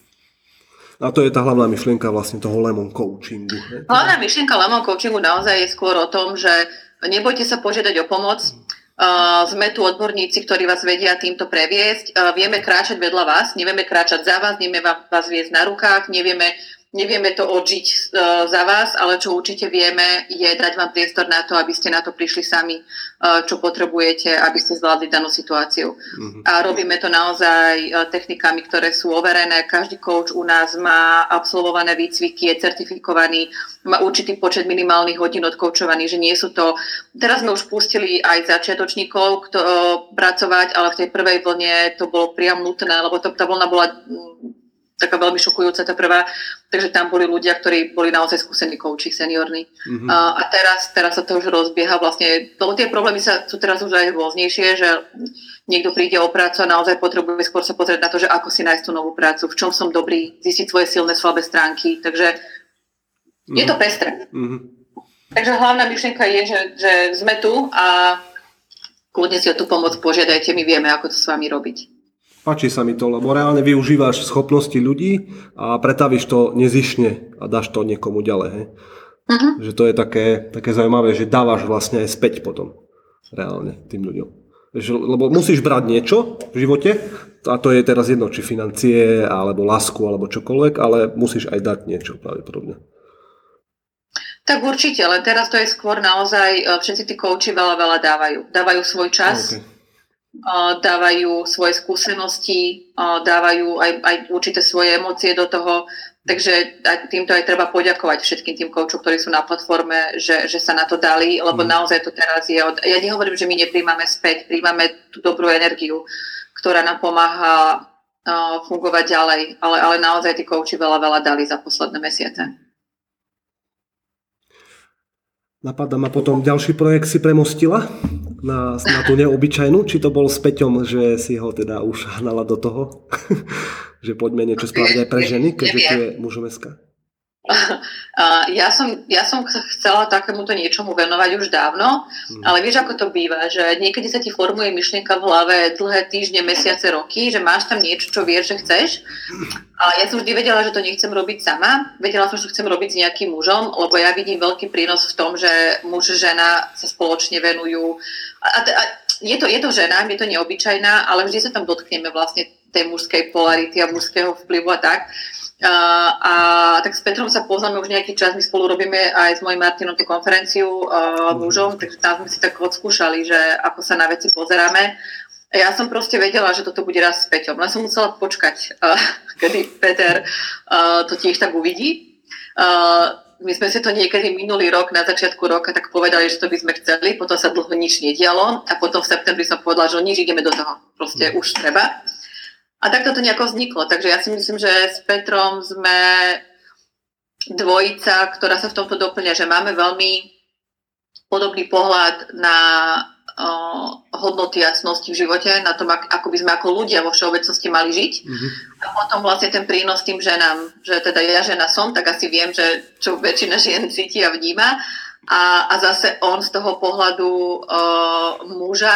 A to je tá hlavná myšlienka vlastne toho lemon coachingu. Ne? Hlavná myšlienka lemon coachingu naozaj je skôr o tom, že nebojte sa požiadať o pomoc. Uh, sme tu odborníci, ktorí vás vedia týmto previesť. Uh, vieme kráčať vedľa vás, nevieme kráčať za vás, nevieme vás viesť na rukách, nevieme Nevieme to odžiť uh, za vás, ale čo určite vieme, je dať vám priestor na to, aby ste na to prišli sami, uh, čo potrebujete, aby ste zvládli danú situáciu. Mm-hmm. A robíme to naozaj uh, technikami, ktoré sú overené. Každý coach u nás má absolvované výcviky, je certifikovaný, má určitý počet minimálnych hodín odkoučovaný, že nie sú to... Teraz sme už pustili aj začiatočníkov kto, uh, pracovať, ale v tej prvej vlne to bolo priam nutné, lebo to, tá vlna bola... Um, taká veľmi šokujúca tá prvá, takže tam boli ľudia, ktorí boli naozaj skúsení kouči, seniorní. Mm-hmm. A, a teraz, teraz sa to už rozbieha vlastne, lebo tie problémy sa, sú teraz už aj rôznejšie, že niekto príde o prácu a naozaj potrebuje skôr sa pozrieť na to, že ako si nájsť tú novú prácu, v čom som dobrý, zistiť svoje silné, slabé stránky, takže mm-hmm. je to pestré. Mm-hmm. Takže hlavná myšlienka je, že, že sme tu a kľudne si o tú pomoc požiadajte, my vieme, ako to s vami robiť. Páči sa mi to, lebo reálne využívaš schopnosti ľudí a pretavíš to nezišne a dáš to niekomu ďalej. Hej? Uh-huh. Že to je také, také zaujímavé, že dávaš vlastne aj späť potom reálne tým ľuďom. Že, lebo musíš brať niečo v živote a to je teraz jedno, či financie, alebo lásku, alebo čokoľvek, ale musíš aj dať niečo pravdepodobne. Tak určite, ale teraz to je skôr naozaj, všetci tí kouči veľa, veľa dávajú. Dávajú svoj čas. Okay. Dávajú svoje skúsenosti, dávajú aj, aj určité svoje emócie do toho, takže týmto aj treba poďakovať všetkým tým koučom, ktorí sú na platforme, že, že sa na to dali, lebo mm. naozaj to teraz je, od... ja nehovorím, že my nepríjmame späť, príjmame tú dobrú energiu, ktorá nám pomáha uh, fungovať ďalej, ale, ale naozaj tí kouči veľa, veľa dali za posledné mesiace. Napadá ma potom, ďalší projekt si premostila na, na tú neobyčajnú, či to bol s Peťom, že si ho teda už hnala do toho, že poďme niečo spraviť aj pre ženy, keďže tu je mužomeská. Ja som, ja som chcela takémuto niečomu venovať už dávno, hmm. ale vieš, ako to býva, že niekedy sa ti formuje myšlienka v hlave dlhé týždne, mesiace, roky, že máš tam niečo, čo vieš, že chceš. A ja som vždy vedela, že to nechcem robiť sama. Vedela som, že to chcem robiť s nejakým mužom, lebo ja vidím veľký prínos v tom, že muž a žena sa spoločne venujú. A, a, a je, to, je to žena, je to neobyčajná, ale vždy sa tam dotkneme vlastne tej mužskej polarity a mužského vplyvu a tak. Uh, a tak s Petrom sa poznáme už nejaký čas, my spolu robíme aj s mojím Martinom tú konferenciu uh, mužom, takže tam sme si tak odskúšali, že ako sa na veci pozeráme. A ja som proste vedela, že toto bude raz s Peťom, len som musela počkať, uh, kedy Peter uh, to tiež tak uvidí. Uh, my sme si to niekedy minulý rok, na začiatku roka, tak povedali, že to by sme chceli, potom sa dlho nič nedialo a potom v septembri som povedala, že nič, ideme do toho, proste mm. už treba. A takto to nejako vzniklo, takže ja si myslím, že s Petrom sme dvojica, ktorá sa v tomto doplňa, že máme veľmi podobný pohľad na uh, hodnoty a cnosti v živote, na tom, ako by sme ako ľudia vo všeobecnosti mali žiť. Mm-hmm. A potom vlastne ten prínos tým ženám, že teda ja žena som, tak asi viem, že čo väčšina žien cíti a vníma. A, a zase on z toho pohľadu uh, muža,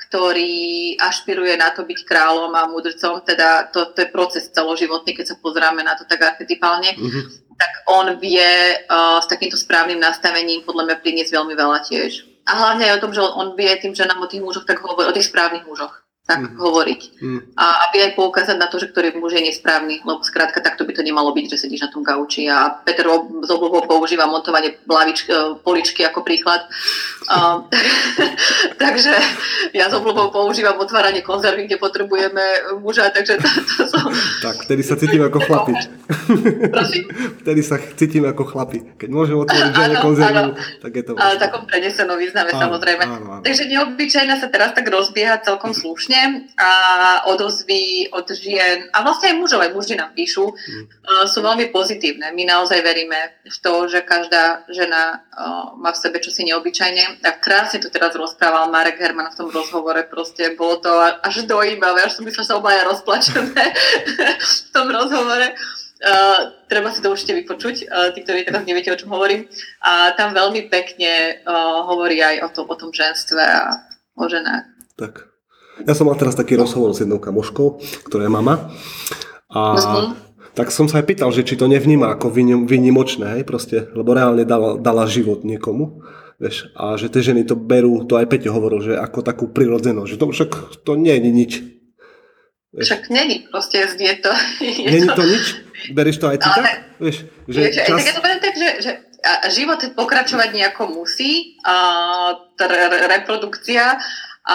ktorý ašpiruje na to byť kráľom a múdrcom, teda to, to je proces celoživotný, keď sa pozrieme na to tak archetypálne, mm-hmm. tak on vie uh, s takýmto správnym nastavením podľa mňa priniesť veľmi veľa tiež. A hlavne aj o tom, že on vie tým, že nám o tých mužoch tak hovorí, o tých správnych mužoch tak mm. hovoriť. Mm. A aby aj poukázať na to, že ktorý muž je nesprávny, lebo skrátka takto by to nemalo byť, že sedíš na tom gauči a Peter z obľubou používa montovanie blavič, poličky ako príklad. Um, takže ja z obľubou používam otváranie konzervy, kde potrebujeme muža, takže to, to som... Tak, vtedy sa cítim ako chlapi. Prosím? Vtedy sa cítim ako chlapi. Keď môžem otvoriť žene konzervu, tak je to... Ale v takom prenesenom význame, áno, samozrejme. Áno, áno. Takže neobyčajná sa teraz tak rozbieha celkom slušne a odozvy od žien a vlastne aj mužov, aj muži nám píšu, mm. sú veľmi pozitívne. My naozaj veríme v to, že každá žena uh, má v sebe čosi neobyčajné. A krásne to teraz rozprával Marek Herman v tom rozhovore, proste bolo to až dojímavé, až som myslela, že sa obaja rozplačeme v tom rozhovore. Uh, treba si to určite vypočuť, uh, tí, ktorí teraz neviete, o čom hovorím. A tam veľmi pekne uh, hovorí aj o, to, o tom ženstve a o ženách. Tak. Ja som mal teraz taký rozhovor s jednou kamoškou, ktorá je mama. A uh-huh. tak som sa aj pýtal, že či to nevníma ako výnimočné, hej, proste, lebo reálne dala, dala život niekomu. Vieš, a že tie ženy to berú, to aj Peťo hovoril, že ako takú prirodzenosť, že to však to nie je nič. Vieš. Však není, proste je to... Je není to, to nič? Berieš to aj ty tak? Vieš, že vieš, čas... tak ja to beriem tak, že, že život pokračovať nejako musí, a r- reprodukcia a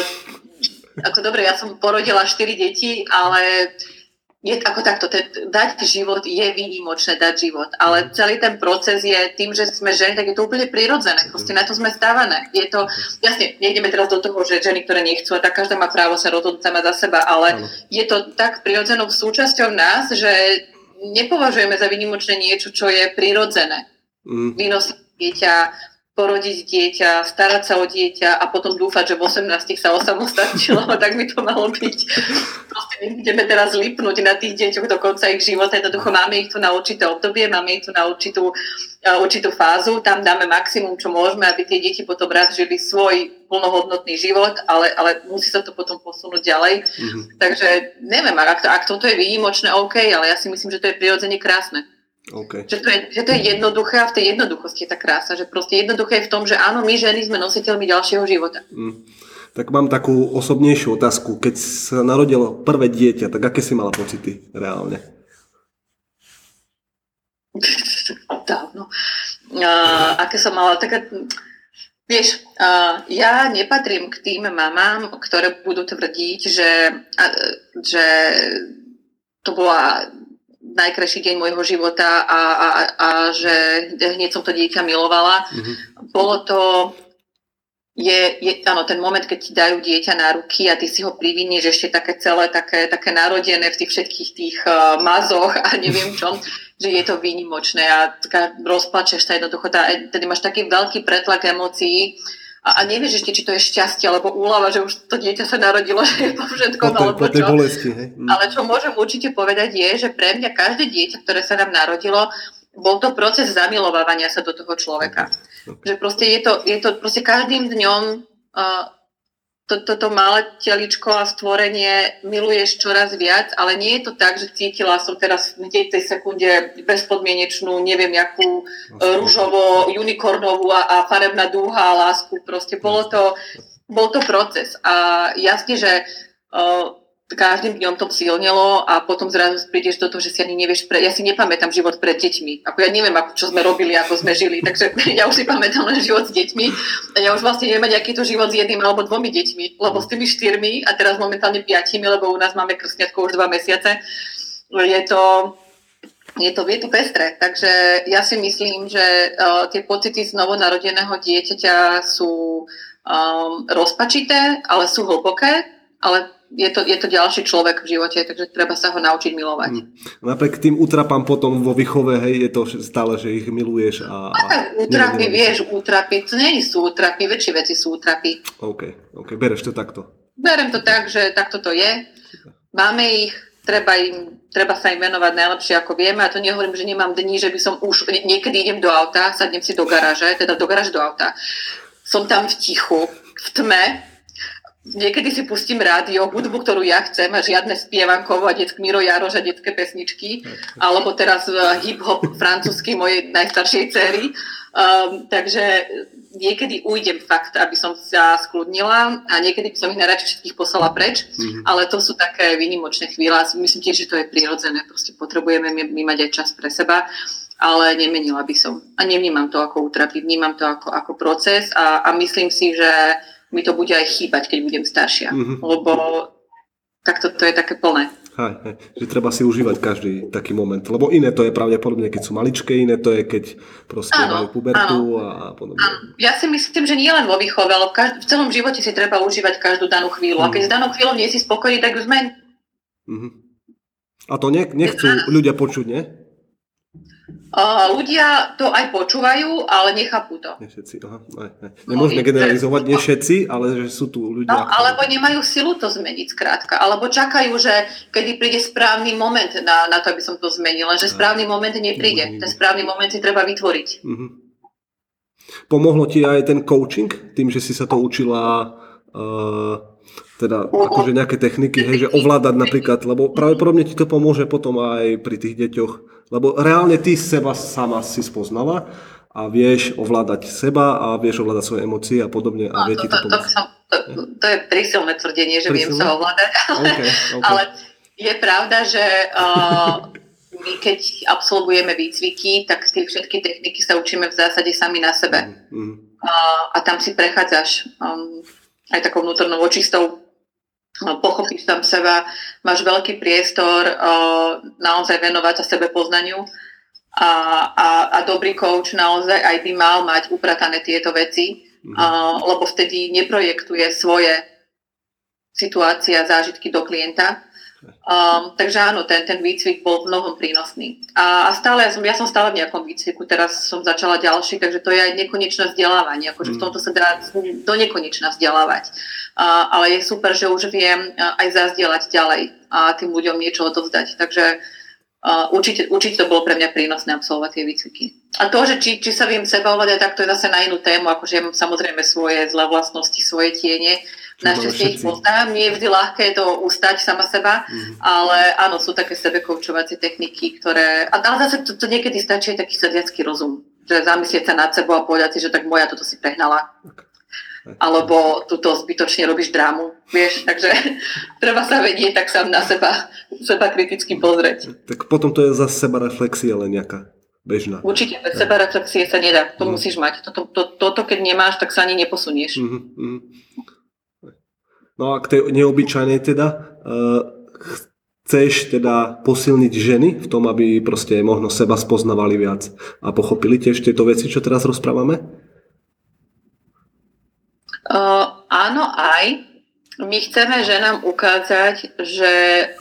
ako dobre, ja som porodila štyri deti, ale je ako takto, te, dať život je výnimočné, dať život, ale celý ten proces je tým, že sme ženy, tak je to úplne prirodzené, proste na to sme stávané. Je to, jasne, nejdeme teraz do toho, že ženy, ktoré nechcú, a tak každá má právo sa rozhodnúť sama za seba, ale ano. Je to tak prirodzenou súčasťou nás, že nepovažujeme za výnimočné niečo, čo je prirodzené. Mm. Vynosiť dieťa, porodiť dieťa, starať sa o dieťa a potom dúfať, že v osemnástich sa osamostatnilo, tak by to malo byť. Proste nebudeme teraz lipnúť na tých deťoch do konca ich života, jednoducho máme ich tu na určité obdobie, máme ich tu na určitú, uh, určitú fázu, tam dáme maximum, čo môžeme, aby tie deti potom raz žili svoj plnohodnotný život, ale, ale musí sa to potom posunúť ďalej. Mm-hmm. Takže neviem, ak, to, ak toto je výnimočné, OK, ale ja si myslím, že to je prirodzene krásne. Okay. Že, to je, že to je jednoduché a v tej jednoduchosti je tá krása, že proste jednoduché je v tom, že áno, my ženy sme nositeľmi ďalšieho života. Mm. Tak mám takú osobnejšiu otázku. Keď sa narodilo prvé dieťa, tak aké si mala pocity reálne? Dávno. Uh, aké som mala? Tak, vieš, uh, ja nepatrím k tým mamám, ktoré budú tvrdiť, že, uh, že to bola najkrajší deň môjho života a, a, a že hneď som to dieťa milovala. Mm-hmm. Bolo to, je, je, áno, ten moment, keď ti dajú dieťa na ruky a ty si ho privinieš ešte také celé, také, také narodené v tých všetkých tých uh, mazoch a neviem čom, že je to výnimočné a taká, rozplačeš sa jednoducho, tá, tedy máš taký veľký pretlak emócií a, a nevieš ešte, či to je šťastie alebo úlava, že už to dieťa sa narodilo, že je po všetkom, po alebo čo. Bolesti, hej. Mm. Ale čo môžem určite povedať je, že pre mňa každé dieťa, ktoré sa nám narodilo, bol to proces zamilovávania sa do toho človeka. Okay. Že proste je to, je to proste každým dňom uh, to, toto malé teličko a stvorenie miluješ čoraz viac, ale nie je to tak, že cítila som teraz v tej sekunde bezpodmienečnú, neviem, jakú ružovo, unikornovú a, a farebná dúha a lásku. Proste bolo to, bol to proces. A jasne, že uh, každým dňom to silnilo a potom zrazu prídeš do toho, že si ani nevieš, pre... ja si nepamätám život pred deťmi. Ako ja neviem, ako, čo sme robili, ako sme žili, takže ja už si pamätám len život s deťmi a ja už vlastne neviem aký to život s jedným alebo dvomi deťmi, lebo s tými štyrmi a teraz momentálne piatimi, lebo u nás máme krstňatko už dva mesiace. Je to, je to, je to pestré, takže ja si myslím, že uh, tie pocity z novonarodeného dieťaťa sú um, rozpačité, ale sú hlboké, ale Je to, je to ďalší človek v živote, takže treba sa ho naučiť milovať. Hmm. Napriek tým útrapám potom vo výchove, hej, je to stále, že ich miluješ. A, a tak útrapy, vieš, útrapy, to nie sú útrapy, väčšie veci sú útrapy. OK, OK, bereš to takto? Berem to tak, že takto to je. Máme ich, treba, im, treba sa im venovať najlepšie, ako vieme. A to nehovorím, že nemám dní, že by som už, niekedy idem do auta, sadnem si do garáže, teda do garáže do auta. Som tam v tichu, v tme, niekedy si pustím rádio, hudbu, ktorú ja chcem, a žiadne spievankovo a detské Miro Jaroš a detské pesničky, alebo teraz hip-hop francúzsky mojej najstaršej dcery. Um, takže niekedy ujdem fakt, aby som sa skľudnila, a niekedy by som ich najradšej všetkých poslala preč, mm-hmm. ale to sú také výnimočné chvíle. Myslím tiež, že to je prirodzené, proste potrebujeme my mať aj čas pre seba, ale nemenila by som. A nevnímam to ako útrapy, vnímam to ako, ako proces a, a myslím si, že mi to bude aj chýbať, keď budem staršia, mm-hmm. lebo takto to je také plné. Hej, hej, že treba si užívať každý taký moment, lebo iné to je pravdepodobne, keď sú maličké, iné to je, keď proste áno, majú pubertu áno, a podobne. Áno. Ja si myslím, že nie len vo výchove, ale v, každ- v celom živote si treba užívať každú danú chvíľu. Mm. A keď s danou chvíľou nie si spokojný, tak ju zmeň. Mm-hmm. A to ne- nechcú ľudia počuť, nie? Uh, ľudia to aj počúvajú, ale nechápu to. Nie všetci, aha. Ne, ne. Nemôžeme generalizovať, nie všetci, ale že sú tu ľudia. No, alebo nemajú silu to zmeniť skrátka, alebo čakajú, že kedy príde správny moment na, na to, aby som to zmenil, lenže správny moment nepríde. Ten správny moment si treba vytvoriť. Uh-huh. Pomohlo ti aj ten coaching, tým, že si sa to učila uh, teda uh-huh. akože nejaké techniky, hej, že ovládať napríklad, lebo pravdepodobne ti to pomôže potom aj pri tých deťoch. Lebo reálne ty seba sama si spoznala a vieš ovládať seba a vieš ovládať svoje emócie a podobne a no, vie to, ti to to, pomôcť. To, to, to, to je prísilné tvrdenie, že prísilné? Viem sa ovládať, ale, okay, okay. ale je pravda, že uh, my keď absolvujeme výcviky, tak tie všetky techniky sa učíme v zásade sami na sebe. Mm-hmm. Uh, a tam si prechádzaš um, aj takou vnútornou očistou, pochopíš tam seba, máš veľký priestor uh, naozaj venovať sa sebe poznaniu a, a, a dobrý coach naozaj aj by mal mať upratané tieto veci, mm. uh, lebo vtedy neprojektuje svoje situácie a zážitky do klienta. Um, takže áno, ten, ten výcvik bol v mnohom prínosný. A, a stále, ja som, ja som stále v nejakom výcviku, teraz som začala ďalší, takže to je aj nekonečné vzdelávanie, akože mm. v tomto sa dá do nekonečna vzdelávať. Uh, ale je super, že už viem uh, aj zazdieľať ďalej a tým ľuďom niečo odovzdať. Takže uh, určite, určite to bolo pre mňa prínosné absolvovať tie výcviky. A to, že či, či sa viem seba ovládať, tak to je zase na inú tému, akože ja mám samozrejme svoje zlé vlastnosti, svoje tiene. Našťastie ich poznám, nie je vždy ľahké to ustať sama seba, mm. ale áno, sú také sebekoučovacie techniky, ktoré... Ale zase to, to niekedy stačí aj taký sedliacky rozum, že zamyslieť sa nad sebou a povedať si, že tak moja toto si prehnala. Alebo tuto zbytočne robíš drámu, vieš, takže treba sa vedieť tak sám na seba, seba kriticky pozrieť. Tak potom to je zase sebareflexia len nejaká bežná. Určite, bez sebareflexie sa nedá, to mm. musíš mať. Toto, to, toto, keď nemáš, tak sa ani neposunieš. Mm-hmm. No a k tej neobyčajnej teda, uh, chceš teda posilniť ženy v tom, aby proste možno seba spoznávali viac a pochopili tiež tieto veci, čo teraz rozprávame? Uh, áno, aj. My chceme ženám ukázať, že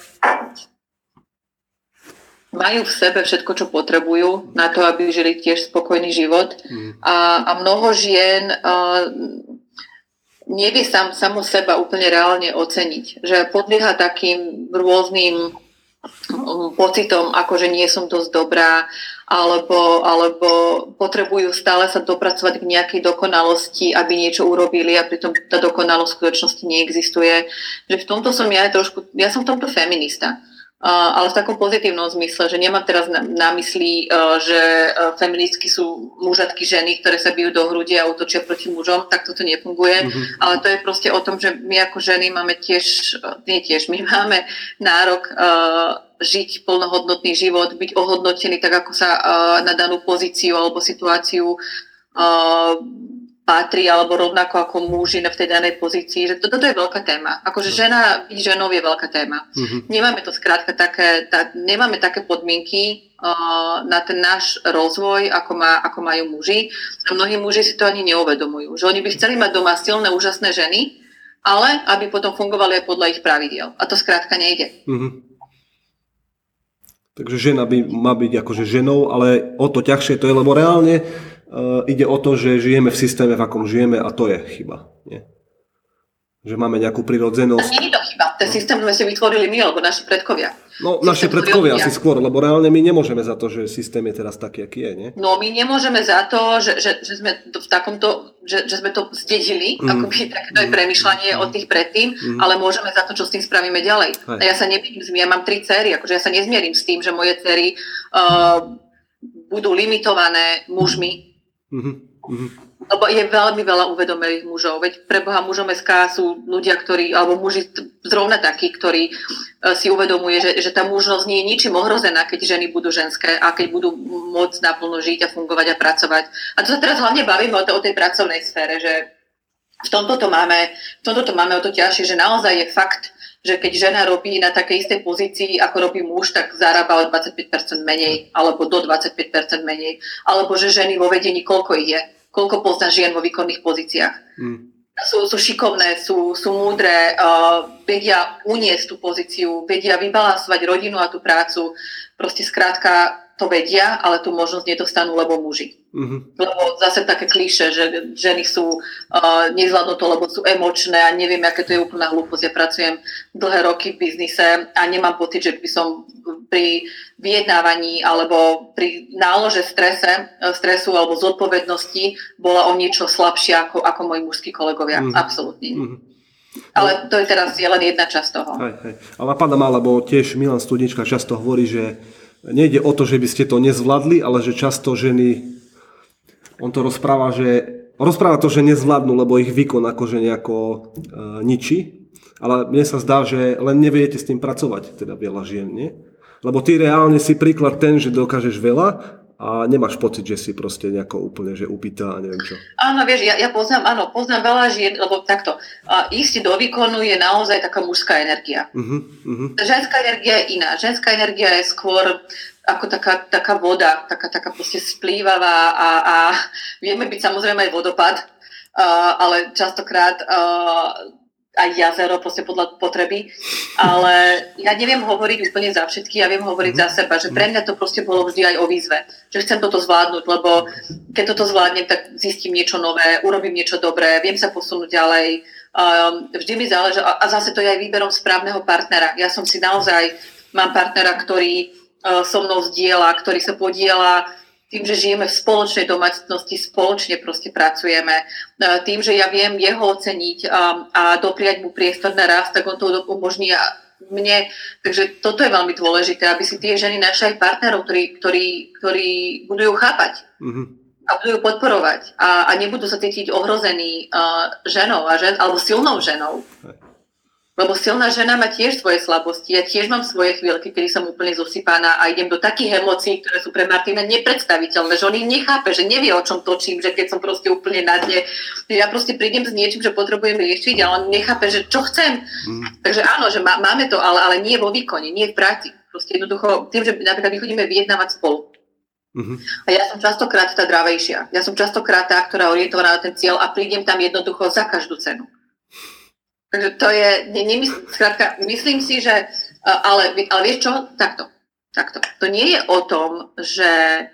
majú v sebe všetko, čo potrebujú na to, aby žili tiež spokojný život. Mm. A, a mnoho žien... Uh, nevie sám, samo seba úplne reálne oceniť, že podlieha takým rôznym pocitom, ako že nie som dosť dobrá, alebo, alebo potrebujú stále sa dopracovať k nejakej dokonalosti, aby niečo urobili a pritom tá dokonalosť v skutočnosti neexistuje. Že v tomto som ja trošku, ja som v tomto feminista. Uh, ale v takom pozitívnom zmysle, že nemám teraz na, na mysli, uh, že uh, feministky sú mužatky ženy, ktoré sa bijú do hrudi a útočia proti mužom, tak toto nefunguje, mm-hmm. ale to je proste o tom, že my ako ženy máme tiež, uh, nie tiež, my máme nárok uh, žiť plnohodnotný život, byť ohodnotený tak, ako sa uh, na danú pozíciu alebo situáciu uh, patrí, alebo rovnako ako muži v tej danej pozícii, že toto je veľká téma. Akože žena byť ženou je veľká téma. Uh-huh. Nemáme to skrátka také, tá, nemáme také podmienky uh, na ten náš rozvoj, ako, má, ako majú muži. A mnohí muži si to ani neuvedomujú. Že oni by chceli mať doma silné, úžasné ženy, ale aby potom fungovali aj podľa ich pravidiel. A to skrátka nejde. Uh-huh. Takže žena by má byť akože ženou, ale o to ťažšie to je, lebo reálne Uh, ide o to, že žijeme v systéme, v akom žijeme a to je chyba. Nie? Že máme nejakú prirodzenosť. Nie je to chyba. Ten no. systém sme si vytvorili my, alebo naši predkovia. No, naše predkovia asi skôr, lebo reálne my nemôžeme za to, že systém je teraz taký, aký je, nie? No, my nemôžeme za to, že, že, že sme v takomto, že, že sme to zdedili, mm. akoby takéto je premýšľanie mm. od tých predtým, mm. ale môžeme za to, čo s tým spravíme ďalej. Aj. A ja sa nemierim, ja mám tri dcery, akože ja sa nezmierim s tým, že moje dcery uh, budú limitované mužmi. Mm-hmm. Lebo je veľmi veľa uvedomelých mužov. Veď pre Boha mužom es ká sú ľudia, ktorí, alebo muži zrovna takí, ktorí si uvedomuje, že, že tá mužnosť nie je ničím ohrozená, keď ženy budú ženské a keď budú môcť naplno žiť a fungovať a pracovať. A to sa teraz hlavne bavíme o, o tej pracovnej sfére, že v tomto to máme, v tomto to máme o to ťažšie, že naozaj je fakt, že keď žena robí na takej istej pozícii, ako robí muž, tak zarába o dvadsaťpäť percent menej, alebo do dvadsaťpäť percent menej, alebo že ženy vo vedení, koľko ich je. Koľko pozná žien vo výkonných pozíciách. Mm. Sú, sú šikovné, sú, sú múdre, uh, vedia uniesť tú pozíciu, vedia vybalansovať rodinu a tú prácu. Proste skrátka to vedia, ale tú možnosť nedostanú, lebo muži. Mm-hmm. Lebo zase také klíše, že ženy sú, uh, nezvládnu to, lebo sú emočné a neviem, aké to je úplná hlúposť. Ja pracujem dlhé roky v biznise a nemám pocit, že by som pri vyjednávaní alebo pri nálože strese, stresu alebo zodpovednosti bola o niečo slabšia ako, ako moji mužskí kolegovia. Mm-hmm. Absolútne. Mm-hmm. Ale to je teraz je len jedna časť toho. Hej, hej. Ale napadá ma, lebo tiež Milan Studnička často hovorí, že nejde o to, že by ste to nezvládli, ale že často ženy, on to rozpráva, že rozpráva to, že nezvládnu, lebo ich výkon akože nejako e, ničí. Ale mne sa zdá, že len neviete s tým pracovať, teda veľa žien, nie? Lebo ty reálne si príklad ten, že dokážeš veľa a nemáš pocit, že si proste nejako úplne, že upýta a neviem čo. Áno, vieš, ja, ja poznám, áno, poznám veľa žien, lebo takto, uh, ísť do výkonu je naozaj taká mužská energia. Uh-huh, uh-huh. Ženská energia je iná. Ženská energia je skôr ako taká, taká voda, taká, taká proste splývavá a, a vieme byť samozrejme aj vodopád, uh, ale častokrát uh, aj jazero, proste podľa potreby, ale ja neviem hovoriť úplne za všetky, ja viem hovoriť mm. za seba, že pre mňa to proste bolo vždy aj o výzve, že chcem toto zvládnuť, lebo keď toto zvládnem, tak zistím niečo nové, urobím niečo dobré, viem sa posunúť ďalej, um, vždy mi záleží, a zase to je aj výberom správneho partnera. Ja som si naozaj, mám partnera, ktorý uh, so mnou zdieľa, ktorý sa podieľa tým, že žijeme v spoločnej domácnosti, spoločne proste pracujeme, tým, že ja viem jeho oceniť a, a dopriať mu priestor na rast, tak on to umožní mne. Takže toto je veľmi dôležité, aby si tie ženy našli aj partnerov, ktorí, ktorí, ktorí budú ju chápať mm-hmm. a budú ju podporovať a, a nebudú sa cítiť ohrození uh, ženou a žen, alebo silnou ženou. Lebo silná žena má tiež svoje slabosti. Ja tiež mám svoje chvíľky, kedy som úplne zosypaná a idem do takých emócií, ktoré sú pre Martina nepredstaviteľné, že on ich nechápe, že nevie, o čom točím, že keď som proste úplne na dne. Ja proste prídem s niečím, že potrebujem riešiť a on nechápe, že čo chcem. Mm. Takže áno, že má, máme to, ale, ale nie vo výkone, nie v práci. Proste jednoducho tým, že napríklad my chodíme vyjednávať spolu. Mm-hmm. A ja som častokrát tá dravejšia. Ja som častokrát tá, ktorá orientovaná na ten cieľ a prídem tam jednoducho za každú cenu. Takže to je, ne, nemysl, skrátka, myslím si, že, ale, ale vieš čo, takto, takto. To nie je o tom, že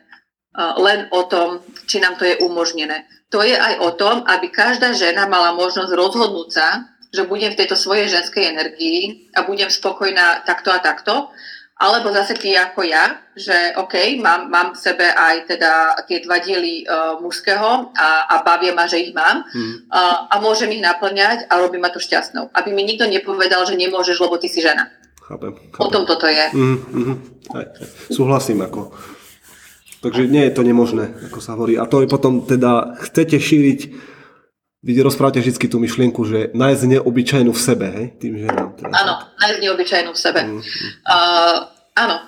len o tom, či nám to je umožnené. To je aj o tom, aby každá žena mala možnosť rozhodnúť sa, že budem v tejto svojej ženskej energii a budem spokojná takto a takto, alebo zase ty ako ja, že OK, mám, mám v sebe aj teda tie dva diely uh, mužského a, a bavia ma, že ich mám hmm. uh, a môžem ich naplňať a robí ma to šťastnou. Aby mi nikto nepovedal, že nemôžeš, lebo ty si žena. Chápem. chápem. O tom toto je. Mm, mm, aj, aj. Súhlasím ako. Takže nie je to nemožné, ako sa hovorí. A to je potom teda, chcete šíriť, vy rozprávate vždy tú myšlienku, že nájsť neobyčajnú v sebe, hej? Tým ženám. Teda. Áno, nájsť neobyčajnú v sebe. Mm. Uh, áno.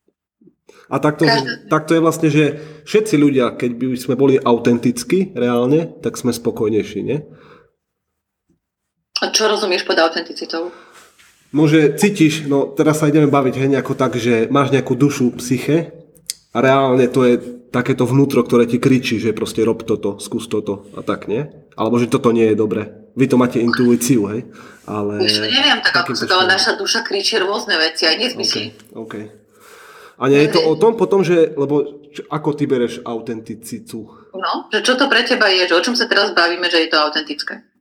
A takto, Každý... takto je vlastne, že všetci ľudia, keď by sme boli autentickí reálne, tak sme spokojnejší, nie? A čo rozumieš pod autenticitou? Môže cítiš, no teraz sa ideme baviť hej, nejako tak, že máš nejakú dušu, psyche a reálne to je takéto vnútro, ktoré ti kričí, že proste rob toto, skús toto a tak, nie? Alebo že toto nie je dobre. Vy to máte intuíciu, hej? Ale... Víš, neviem, tak ako sa to, naša duša kričí rôzne veci, aj nezmysly. OK, OK. A nie je to o tom potom, že, lebo čo, ako ty bereš autenticitu? No, že čo to pre teba je, že o čom sa teraz bavíme, že je to autentické?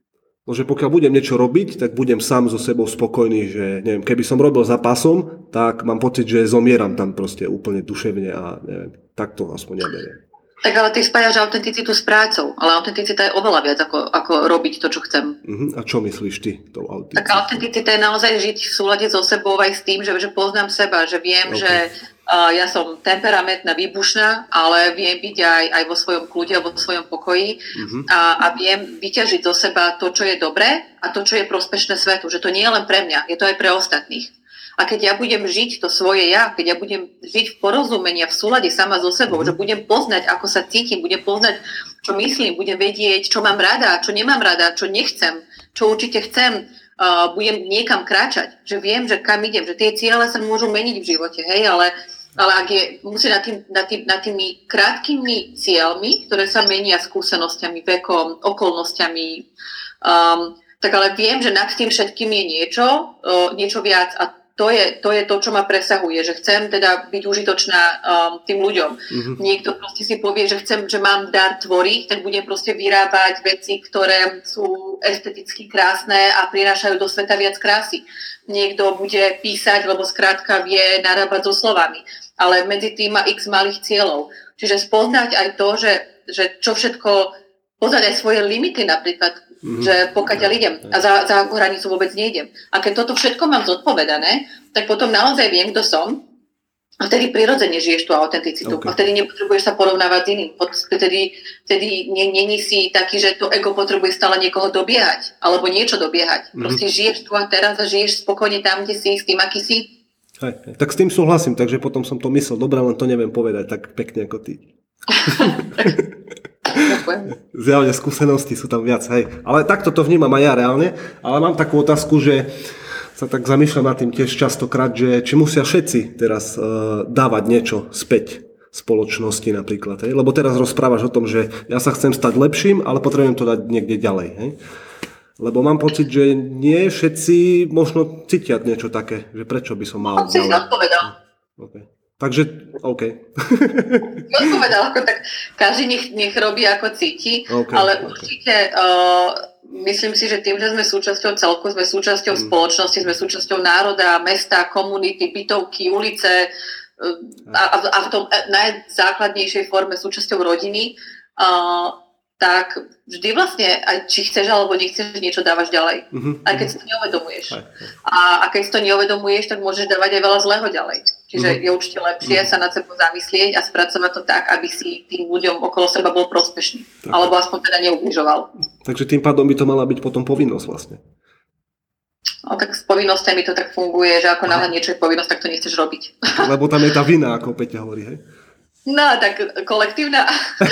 No, že pokiaľ budem niečo robiť, tak budem sám so sebou spokojný, že neviem, keby som robil za pasom, tak mám pocit, že zomieram tam proste úplne duševne a neviem, tak to aspoň ja beriem. Tak ale ty spájaš autenticitu s prácou, ale autenticita je oveľa viac ako, ako robiť to, čo chcem. Uh-huh. A čo myslíš ty tou autenticitou? Tak autenticita je naozaj žiť v súlade so sebou aj s tým, že, že poznám seba, že viem, okay. že uh, ja som temperamentná, výbušná, ale viem byť aj, aj vo svojom kľude, vo svojom pokoji uh-huh. a, a viem vyťažiť zo seba to, čo je dobré a to, čo je prospešné svetu. Že to nie je len pre mňa, je to aj pre ostatných. A keď ja budem žiť to svoje ja, keď ja budem žiť v porozumení a v súlade sama so sebou, mm. že budem poznať, ako sa cítim, budem poznať, čo myslím, budem vedieť, čo mám rada, čo nemám rada, čo nechcem, čo určite chcem, uh, budem niekam kráčať, že viem, že kam idem, že tie ciele sa môžu meniť v živote, hej, ale, ale ak je, musím nad, tým, nad, tým, nad tými krátkými cieľmi, ktoré sa menia skúsenosťami, vekom, okolnostiami, um, tak ale viem, že nad tým všetkým je niečo, uh, niečo viac a To je, to je to, čo ma presahuje, že chcem teda byť užitočná um, tým ľuďom. Mm-hmm. Niekto proste si povie, že chcem, že mám dar tvoriť, tak budem proste vyrábať veci, ktoré sú esteticky krásne a prinášajú do sveta viac krásy. Niekto bude písať, lebo skrátka vie narábať so slovami, ale medzi tým má x malých cieľov. Čiže spoznať aj to, že, že čo všetko, poznať aj svoje limity napríklad, Mm-hmm. že pokiaľ idem a za, za akú hranicu vôbec nejdem. A keď toto všetko mám zodpovedané, tak potom naozaj viem, kto som a vtedy prirodzene žiješ tú autenticitu. Okay. A vtedy nepotrebuješ sa porovnávať s iným. Vtedy, vtedy není si taký, že to ego potrebuje stále niekoho dobiehať alebo niečo dobiehať. Mm-hmm. Proste žiješ tu a teraz a žiješ spokojne tam, kde si, s tým, aký si. Hej, tak s tým súhlasím, takže potom som to myslel. Dobre, len to neviem povedať tak pekne ako ty. Zjavne skúsenosti sú tam viac, hej. Ale takto to vnímam aj ja reálne, ale mám takú otázku, že sa tak zamýšľam nad tým tiež častokrát, že či musia všetci teraz uh, dávať niečo späť spoločnosti napríklad, hej. Lebo teraz rozprávaš o tom, že ja sa chcem stať lepším, ale potrebujem to dať niekde ďalej, hej. Lebo mám pocit, že nie všetci možno cítia niečo také, že prečo by som mal. On si odpovedal. Okay. Takže, OK. Odpovedal, ako tak každý nech, nech robí, ako cíti, okay, ale okay. určite uh, myslím si, že tým, že sme súčasťou celku, sme súčasťou mm. spoločnosti, sme súčasťou národa, mesta, komunity, bytovky, ulice uh, a, a v tom najzákladnejšej forme súčasťou rodiny, uh, tak vždy vlastne, aj či chceš alebo nechceš, niečo dávaš ďalej. Mm-hmm. Aj keď si to neuvedomuješ. Aj, aj. A, a keď si to neuvedomuješ, tak môžeš dávať aj veľa zlého ďalej. Čiže mm-hmm. je určite lepšie mm-hmm. sa nad sebou zamyslieť a spracovať to tak, aby si tým ľuďom okolo seba bol prospešný. Tak. Alebo aspoň teda neubližoval. Takže tým pádom by to mala byť potom povinnosť vlastne. No tak s povinnosťami to tak funguje, že ako náhle niečo je povinnosť, tak to nechceš robiť. Lebo tam je tá vina, ako Peťa hovorí, hej? No, tak kolektívna.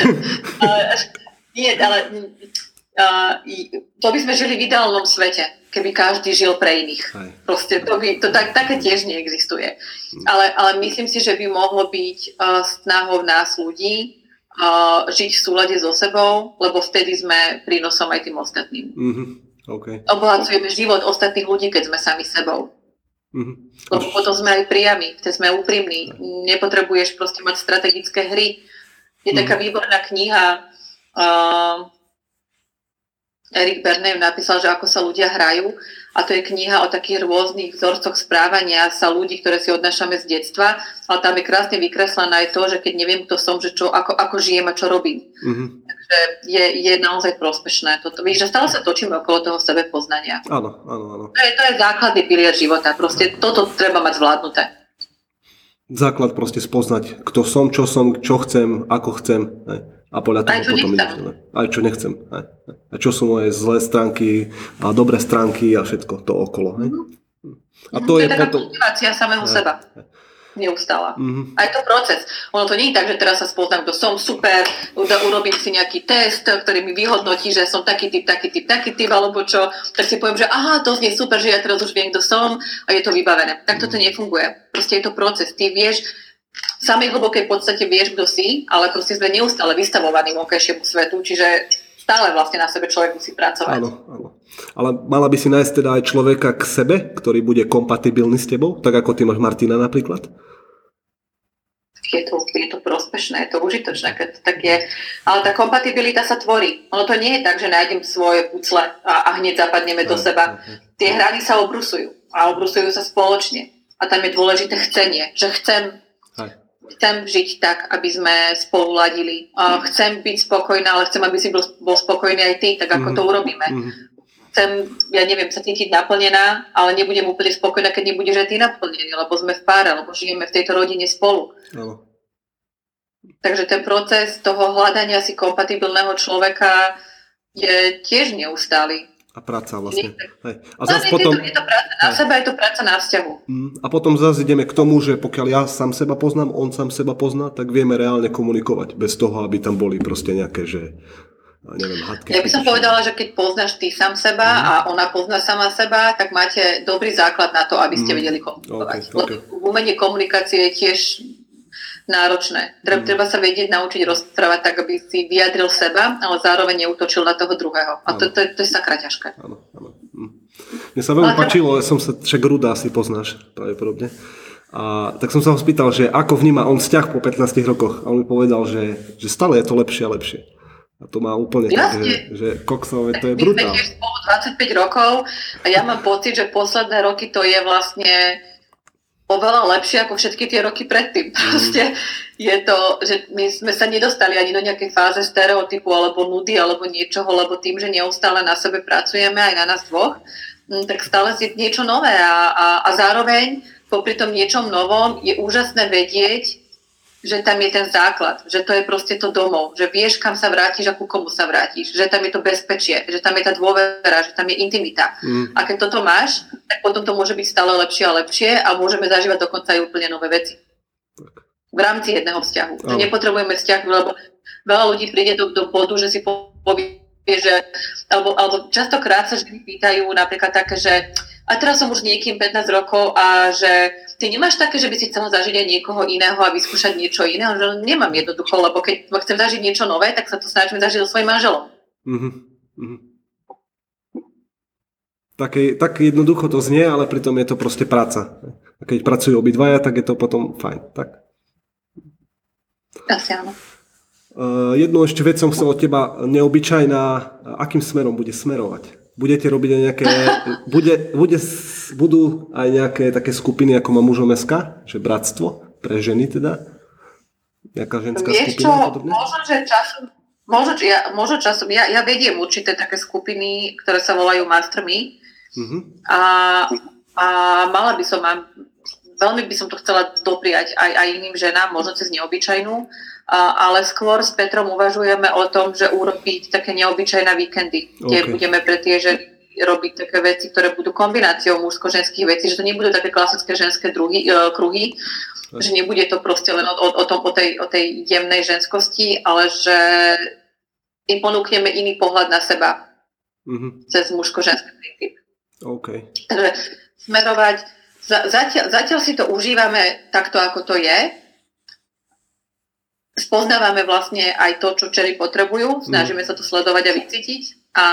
Nie, ale uh, to by sme žili v ideálnom svete, keby každý žil pre iných. Aj. Proste to, by, to tak, také tiež neexistuje. Mm. Ale, ale myslím si, že by mohlo byť uh, snahou nás ľudí uh, žiť v súlade so sebou, lebo vtedy sme prínosom aj tým ostatným. Mm-hmm. Okay. Obohacujeme život ostatných ľudí, keď sme sami sebou. Mm-hmm. Lebo potom sme aj priami, keď sme úprimní. Aj. Nepotrebuješ proste mať strategické hry. Je mm-hmm. taká výborná kniha, Uh, Erik Bernays napísal, že ako sa ľudia hrajú, a to je kniha o takých rôznych vzorcoch správania sa ľudí, ktoré si odnášame z detstva, ale tam je krásne vykreslené aj to, že keď neviem, kto som, že čo, ako, ako žijem a čo robím. Mm-hmm. Takže je, je naozaj prospešné toto. Víš, že stále sa točíme okolo toho sebepoznania. Áno, áno, áno. To je, to je základný pilier života. Proste toto treba mať zvládnuté. Základ proste spoznať, kto som, čo som, čo chcem, ako chcem. Ne? A podľa toho aj čo potom nechcem. Ide, aj čo nechcem. Aj, a čo sú moje zlé stránky a dobré stránky a všetko to okolo. Mm-hmm. A to, to je, je taká potom... kultivácia samého aj, seba. Aj. Neustála. Mm-hmm. A je to proces. Ono to nie je tak, že teraz sa spoznám, kto som, super, urobím si nejaký test, ktorý mi vyhodnotí, že som taký typ, taký typ, taký typ, alebo čo, tak si poviem, že aha, to znie super, že ja teraz už viem, kto som a je to vybavené. Tak toto nefunguje. Proste je to proces. Ty vieš, v samej hlbokej podstate vieš, kto si, ale proste sme neustále vystavovaní vonkajšiemu svetu, čiže stále vlastne na sebe človek musí pracovať. Áno, áno. Ale mala by si nájsť teda aj človeka k sebe, ktorý bude kompatibilný s tebou, tak ako ty máš Martina napríklad? Je to, je to, prost, prospešné, je to užitočné, keď to tak je. Ale tá kompatibilita sa tvorí. Ono to nie je tak, že nájdem svoje pucle a, a hneď zapadneme do seba. Tie hrany sa obrusujú a obrusujú sa spoločne. A tam je dôležité chcenie, že chcem, chcem žiť tak, aby sme spolu ladili. Chcem byť spokojná, ale chcem, aby si bol, bol spokojný aj ty, tak ako mm-hmm. to urobíme. Mm-hmm. Chcem, ja neviem, sa cítiť naplnená, ale nebudem úplne spokojná, keď nebudeš aj ty naplnený, lebo sme v páre, lebo žijeme v tejto rodine spolu. No. Takže ten proces toho hľadania si kompatibilného človeka je tiež neustály. A práca vlastne. Hej. A no, zase potom... je, to, je to práca na hej. seba, je to práca na vzťahu. A potom zase ideme k tomu, že pokiaľ ja sám seba poznám, on sám seba pozná, tak vieme reálne komunikovať, bez toho, aby tam boli proste nejaké, že... Neviem, hadky, ja by som povedala, že keď poznáš ty sám seba mm. a ona pozná sama seba, tak máte dobrý základ na to, aby ste mm. vedeli komunikovať. Okay, okay. Lebo umenie komunikácie je tiež náročné. Treba, mm. treba sa vedieť naučiť rozprávať tak, aby si vyjadril seba, ale zároveň neútočil na toho druhého. A to, to, to, to je sakra ťažké. Áno, áno. Mne sa veľmi páčilo, ja som sa, však Ruda si poznáš pravdepodobne. A tak som sa ho spýtal, že ako vníma on vzťah po pätnástich rokoch. A on mi povedal, že, že stále je to lepšie a lepšie. A to má úplne tak, že, že koksové, to je brutál. My sme tiež spolu dvadsaťpäť rokov a ja mám pocit, že posledné roky to je vlastne oveľa lepšie ako všetky tie roky predtým. Proste je to, že my sme sa nedostali ani do nejakej fáze stereotypu alebo nudy alebo niečoho, lebo tým, že neustále na sebe pracujeme aj na nás dvoch, tak stále je niečo nové a, a, a zároveň popri tom niečom novom je úžasné vedieť, že tam je ten základ, že to je proste to domov, že vieš, kam sa vrátiš a ku komu sa vrátiš, že tam je to bezpečie, že tam je tá dôvera, že tam je intimita. Mm. A keď toto máš, tak potom to môže byť stále lepšie a lepšie a môžeme zažívať dokonca aj úplne nové veci. V rámci jedného vzťahu. Oh. Že nepotrebujeme vzťah, lebo veľa ľudí príde do, do bodu, že si povie, že, alebo, alebo častokrát sa ženy pýtajú napríklad také, že a teraz som už niekým pätnásť rokov a že ty nemáš také, že by si chcela zažiť aj niekoho iného a vyskúšať niečo iné, že nemám jednoducho, lebo keď chcem zažiť niečo nové, tak sa to snažím zažiť so svojím manželom. Mm-hmm. Mm-hmm. Také, tak jednoducho to znie, ale pritom je to proste práca. A keď pracujú obidvaja, tak je to potom fajn. Tak? Asi áno. Uh, jednu ešte vec som chcel od teba, neobyčajná, akým smerom bude smerovať? Budete robiť aj nejaké, bude, bude, budú aj nejaké také skupiny, ako má mužom es ká, že bratstvo, pre ženy teda? Nejaká ženská Vieš skupina? Čo, možno, že časom, možno, ja, možno časom, ja, ja vediem určité také skupiny, ktoré sa volajú Master Me. Uh-huh. A, a mala by som, veľmi by som to chcela dopriať aj, aj iným ženám, možno cez neobyčajnú, a, ale skôr s Petrom uvažujeme o tom, že urobiť také neobyčajné víkendy, kde okay. budeme pre tie ženy robiť také veci, ktoré budú kombináciou mužsko-ženských vecí, že to nebudú také klasické ženské druhy, e, kruhy, okay. že nebude to proste len o, o, o, tom, o, tej, o tej jemnej ženskosti, ale že im ponúkneme iný pohľad na seba mm-hmm. cez mužsko-ženský princíp. Okay. Takže smerovať, zatiaľ, zatiaľ si to užívame takto, ako to je. Spoznávame vlastne aj to, čo čeri potrebujú, snažíme sa to sledovať a vycítiť a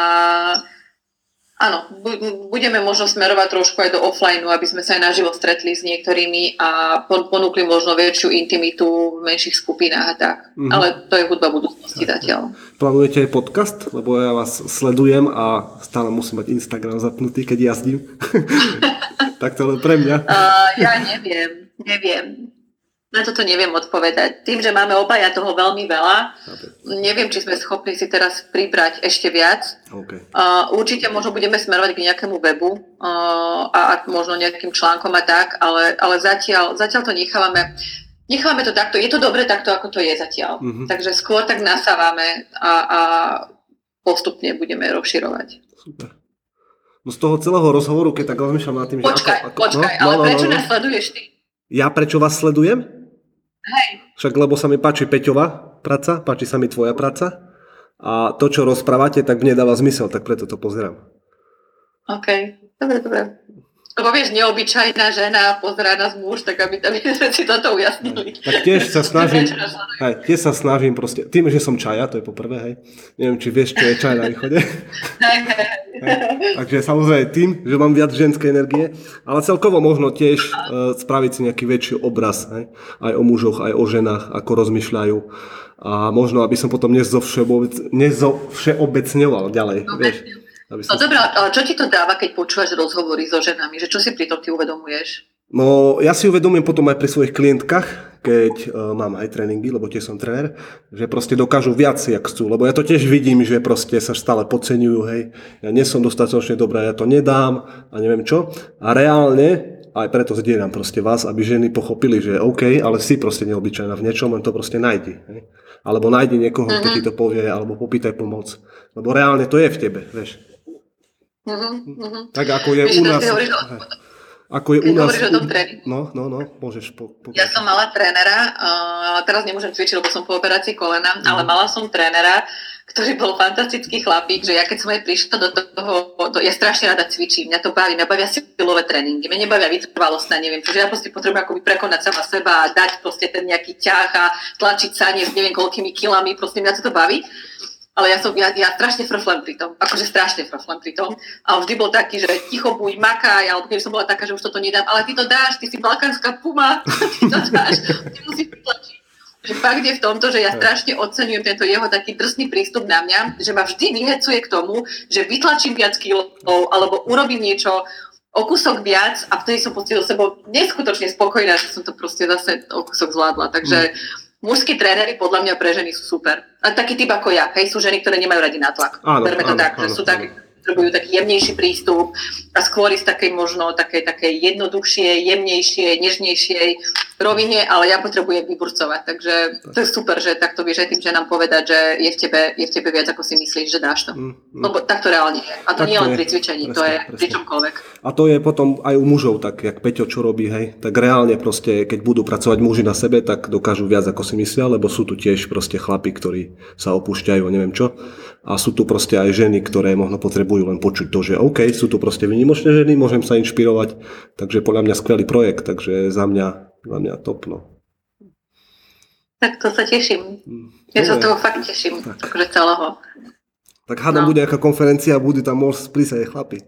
áno, budeme možno smerovať trošku aj do offline, aby sme sa aj naživo stretli s niektorými a ponúkli možno väčšiu intimitu v menších skupinách a tak, mm-hmm. ale to je hudba budúcnosti zatiaľ. Plánujete aj podcast? Lebo ja vás sledujem a stále musím mať Instagram zapnutý, keď jazdím. Tak to len pre mňa. Uh, ja neviem, neviem. Na toto neviem odpovedať. Tým, že máme obaja toho veľmi veľa, neviem, či sme schopní si teraz pribrať ešte viac. Okay. Uh, určite možno budeme smerovať k nejakému webu uh, a, a možno nejakým článkom a tak, ale, ale zatiaľ, zatiaľ to nechávame. Nechávame to takto. Je to dobre takto, ako to je zatiaľ. Mm-hmm. Takže skôr tak nasávame a, a postupne budeme rozširovať. Super. No z toho celého rozhovoru, keď tak rozmýšľam nad tým, že počkaj, ako... ako počkaj, no, ale no, prečo no, no. nás sleduješ ty? Ja prečo vás sledujem? Hej. Však lebo sa mi páči Peťová práca, páči sa mi tvoja práca a to, čo rozprávate, tak mne dáva zmysel, tak preto to pozerám. OK, dobre, dobre. Lebo vieš, neobyčajná žena pozerá nás muž, tak aby, aby sme si toto ujasnili. Tak tiež sa snažím, hej, tiež sa snažím proste, tým, že som čaja, to je po prvé, hej, neviem, či vieš, čo je čaj na východe. Hej, takže samozrejme tým, že mám viac ženskej energie, ale celkovo možno tiež uh, spraviť si nejaký väčší obraz, hej, aj o mužoch, aj o ženách, ako rozmýšľajú a možno, aby som potom nezovšeobecňoval ďalej, no, vieš. No dobré, ale čo ti to dáva, keď počúvaš rozhovory so ženami? Že čo si pri tom ty uvedomuješ? No, ja si uvedomujem potom aj pri svojich klientkách, keď uh, mám aj tréningy, lebo tiež som tréner, že proste dokážu viac, jak chcú. Lebo ja to tiež vidím, že proste sa stále podceňujú, hej. Ja nie som dostatočne dobrá, ja to nedám a neviem čo. A reálne, aj preto zdieľam proste vás, aby ženy pochopili, že OK, ale si proste neobyčajná v niečom, len to proste nájdi, hej. Alebo nájdi niekoho, kto ti to povie, alebo popýtaj pomoc. Lebo reálne to je v tebe, vieš. Uh-huh, uh-huh. Tak ako je Víš, u nás... Hovoríš, ako je u nás... o tom tréningu. No, no, no, môžeš po, po... Ja som mala trénera, uh, teraz nemôžem cvičiť, lebo som po operácii kolena, uh-huh. ale mala som trénera, ktorý bol fantastický chlapík, že ja keď som aj prišla do toho, do, ja strašne rada cvičím, mňa to baví, mňa bavia silové tréningy, mňa nebavia vytrvalostné, neviem, čiže ja proste potrebujem akoby prekonať sama seba a dať proste ten nejaký ťah a tlačiť sa nie s neviem koľkými kilami, proste mňa to baví. Ale ja som, ja, ja strašne frflem pri tom, akože strašne frflem pri tom. A vždy bol taký, že ticho buď, makaj, alebo keby som bola taká, že už toto nedám, ale ty to dáš, ty si balkánska puma, ty to dáš, ty musíš vytlačiť. Že fakt je v tomto, že ja strašne oceňujem tento jeho taký drsný prístup na mňa, že ma vždy vyhecuje k tomu, že vytlačím viac kilov, alebo urobím niečo o kúsok viac a vtedy som pocitila sebou neskutočne spokojná, že som to proste zase o kúsok zvládla. Takže mužskí tréneri podľa mňa pre ženy sú super. A taký typ ako ja, hej, sú ženy, ktoré nemajú radi nátlak. Áno, Berme to áno, tak, áno, že sú áno. také, potrebujú taký jemnejší prístup a skôr z takej možno takej, takej jednoduchšej, jemnejšej, nežnejšej rovine, ale ja potrebujem vyburcovať. Takže to je super, že takto vieš aj tým ženám povedať, že je v tebe, je v tebe viac, ako si myslíš, že dáš to. Mm, mm. Lebo tak to reálne je. A to tak nie len pri cvičení, presne, to je presne. Pri čomkoľvek. A to je potom aj u mužov, tak jak Peťo čo robí, hej, tak reálne proste, keď budú pracovať muži na sebe, tak dokážu viac, ako si myslia, lebo sú tu tiež proste chlapi, ktorí sa opúšťajú, neviem čo. A sú tu proste aj ženy, ktoré možno potrebujú len počuť to, že OK, sú tu proste výnimočné ženy, môžem sa inšpirovať, takže podľa mňa skvelý projekt, takže za mňa, za mňa top, no. Tak to sa teším. Ja sa z toho fakt teším, takže celého. Tak hádam, no. Bude nejaká konferencia a budú tam môcť prísť aj chlapi.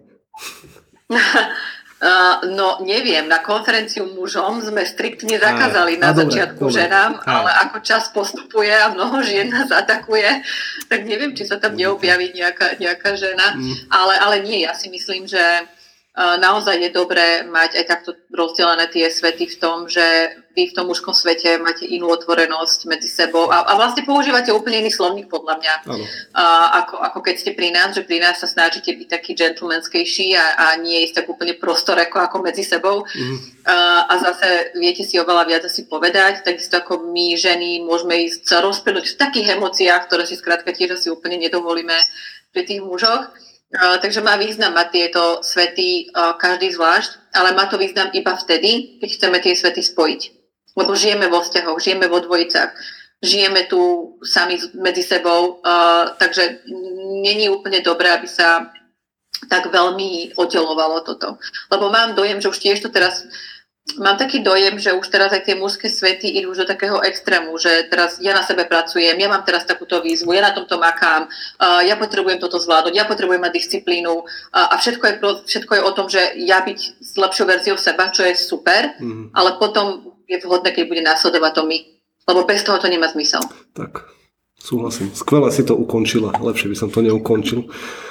Uh, no neviem, na konferenciu mužom sme striktne zakázali a, na a začiatku dobre, ženám, dobre. Ale ako čas postupuje a mnoho žien nás atakuje, tak neviem, či sa tam neobjaví nejaká, nejaká žena, mm. ale, ale nie, ja si myslím, že uh, naozaj je dobré mať aj takto rozdelené tie svety v tom, že vy v tom mužskom svete máte inú otvorenosť medzi sebou a, a vlastne používate úplne iný slovník podľa mňa, uh, ako, ako keď ste pri nás, že pri nás sa snažíte byť taký gentlemanskejší a, a nie ísť tak úplne prostoreko ako medzi sebou mm. uh, a zase viete si oveľa viac asi povedať, takisto ako my ženy môžeme ísť sa rozplynúť v takých emóciách, ktoré si skrátka tiež asi úplne nedovolíme pri tých mužoch. Uh, takže má význam mať tieto svety uh, každý zvlášť, ale má to význam iba vtedy, keď chceme tie svety spojiť. Lebo žijeme vo vzťahoch, žijeme vo dvojicách, žijeme tu sami medzi sebou, uh, takže není úplne dobré, aby sa tak veľmi oddelovalo toto. Lebo mám dojem, že už tiež to teraz, mám taký dojem, že už teraz aj tie mužské svety idú už do takého extrému, že teraz ja na sebe pracujem, ja mám teraz takúto výzvu, ja na tomto makám, uh, ja potrebujem toto zvládnuť, ja potrebujem mať disciplínu uh, a všetko je, všetko je o tom, že ja byť s lepšou verziou seba, čo je super, mm. ale potom je vhodné, keď bude následovať to my. Lebo bez toho to nemá zmysel. Tak, súhlasím. Skvelé si to ukončila. Lepšie by som to neukončil.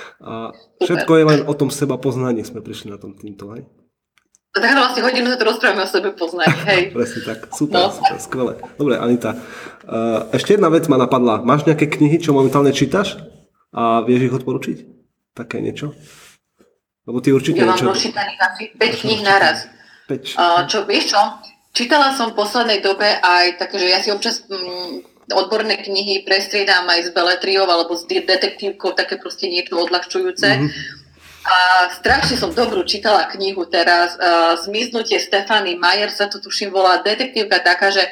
A všetko je len o tom seba poznaní. Sme prišli na tom týmto, hej? Tak vlastne hodinu sa to rozprávame o sebe poznaní, hej? Presne tak. Super, no. Super, skvelé. Dobre, Anita. Ešte jedna vec ma napadla. Máš nejaké knihy, čo momentálne čítaš? A vieš ich odporučiť? Také niečo? Lebo ty určite ja niečo... mám dočítaných asi päť kníh naraz. päť. Uh, čo, vieš čo? Čítala som v poslednej dobe aj také, že ja si občas mm, odborné knihy prestriedám aj s beletriou alebo s detektívkou, také proste niečo odľahčujúce. Mm-hmm. A strašne som dobrú čítala knihu teraz. Uh, Zmiznutie Stephanie Meyer sa to tuším volá, detektívka taká, že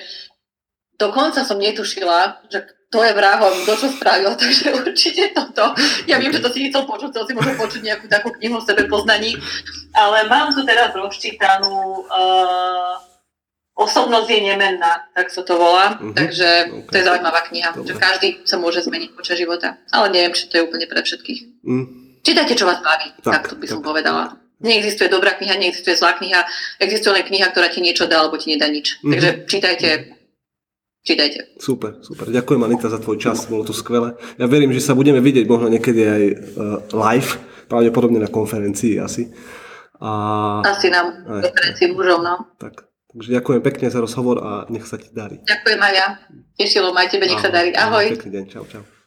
dokonca som netušila, že to je vrahom, kto čo spravil, takže určite toto. Ja viem, že to si chcel počuť, chcel si možno počuť nejakú takú knihu o sebepoznaní, ale mám tu teraz rozčítanú uh, Osobnosť je nemenná, tak sa to volá. Uh-huh. Takže okay. To je zaujímavá kniha, dobre. Že každý sa môže zmeniť počas života. Ale neviem, či to je úplne pre všetkých. Mm. Čítajte, čo vás baví, tak, tak to by tak. som povedala. Neexistuje dobrá kniha, neexistuje zlá kniha, existuje len kniha, ktorá ti niečo dá, alebo ti nedá nič. Mm-hmm. Takže čítajte, čítajte. Super, super. Ďakujem, Anita, za tvoj čas, bolo to skvelé. Ja verím, že sa budeme vidieť možno niekedy aj uh, live, pravdepodobne na konferencii asi. A... Asi na konferencii mužov, no. Tak. Takže ďakujem pekne za rozhovor a nech sa ti darí. Ďakujem aj ja. Tešilo ma aj tebe, nech sa darí. Ahoj. Pekný deň, čau, čau.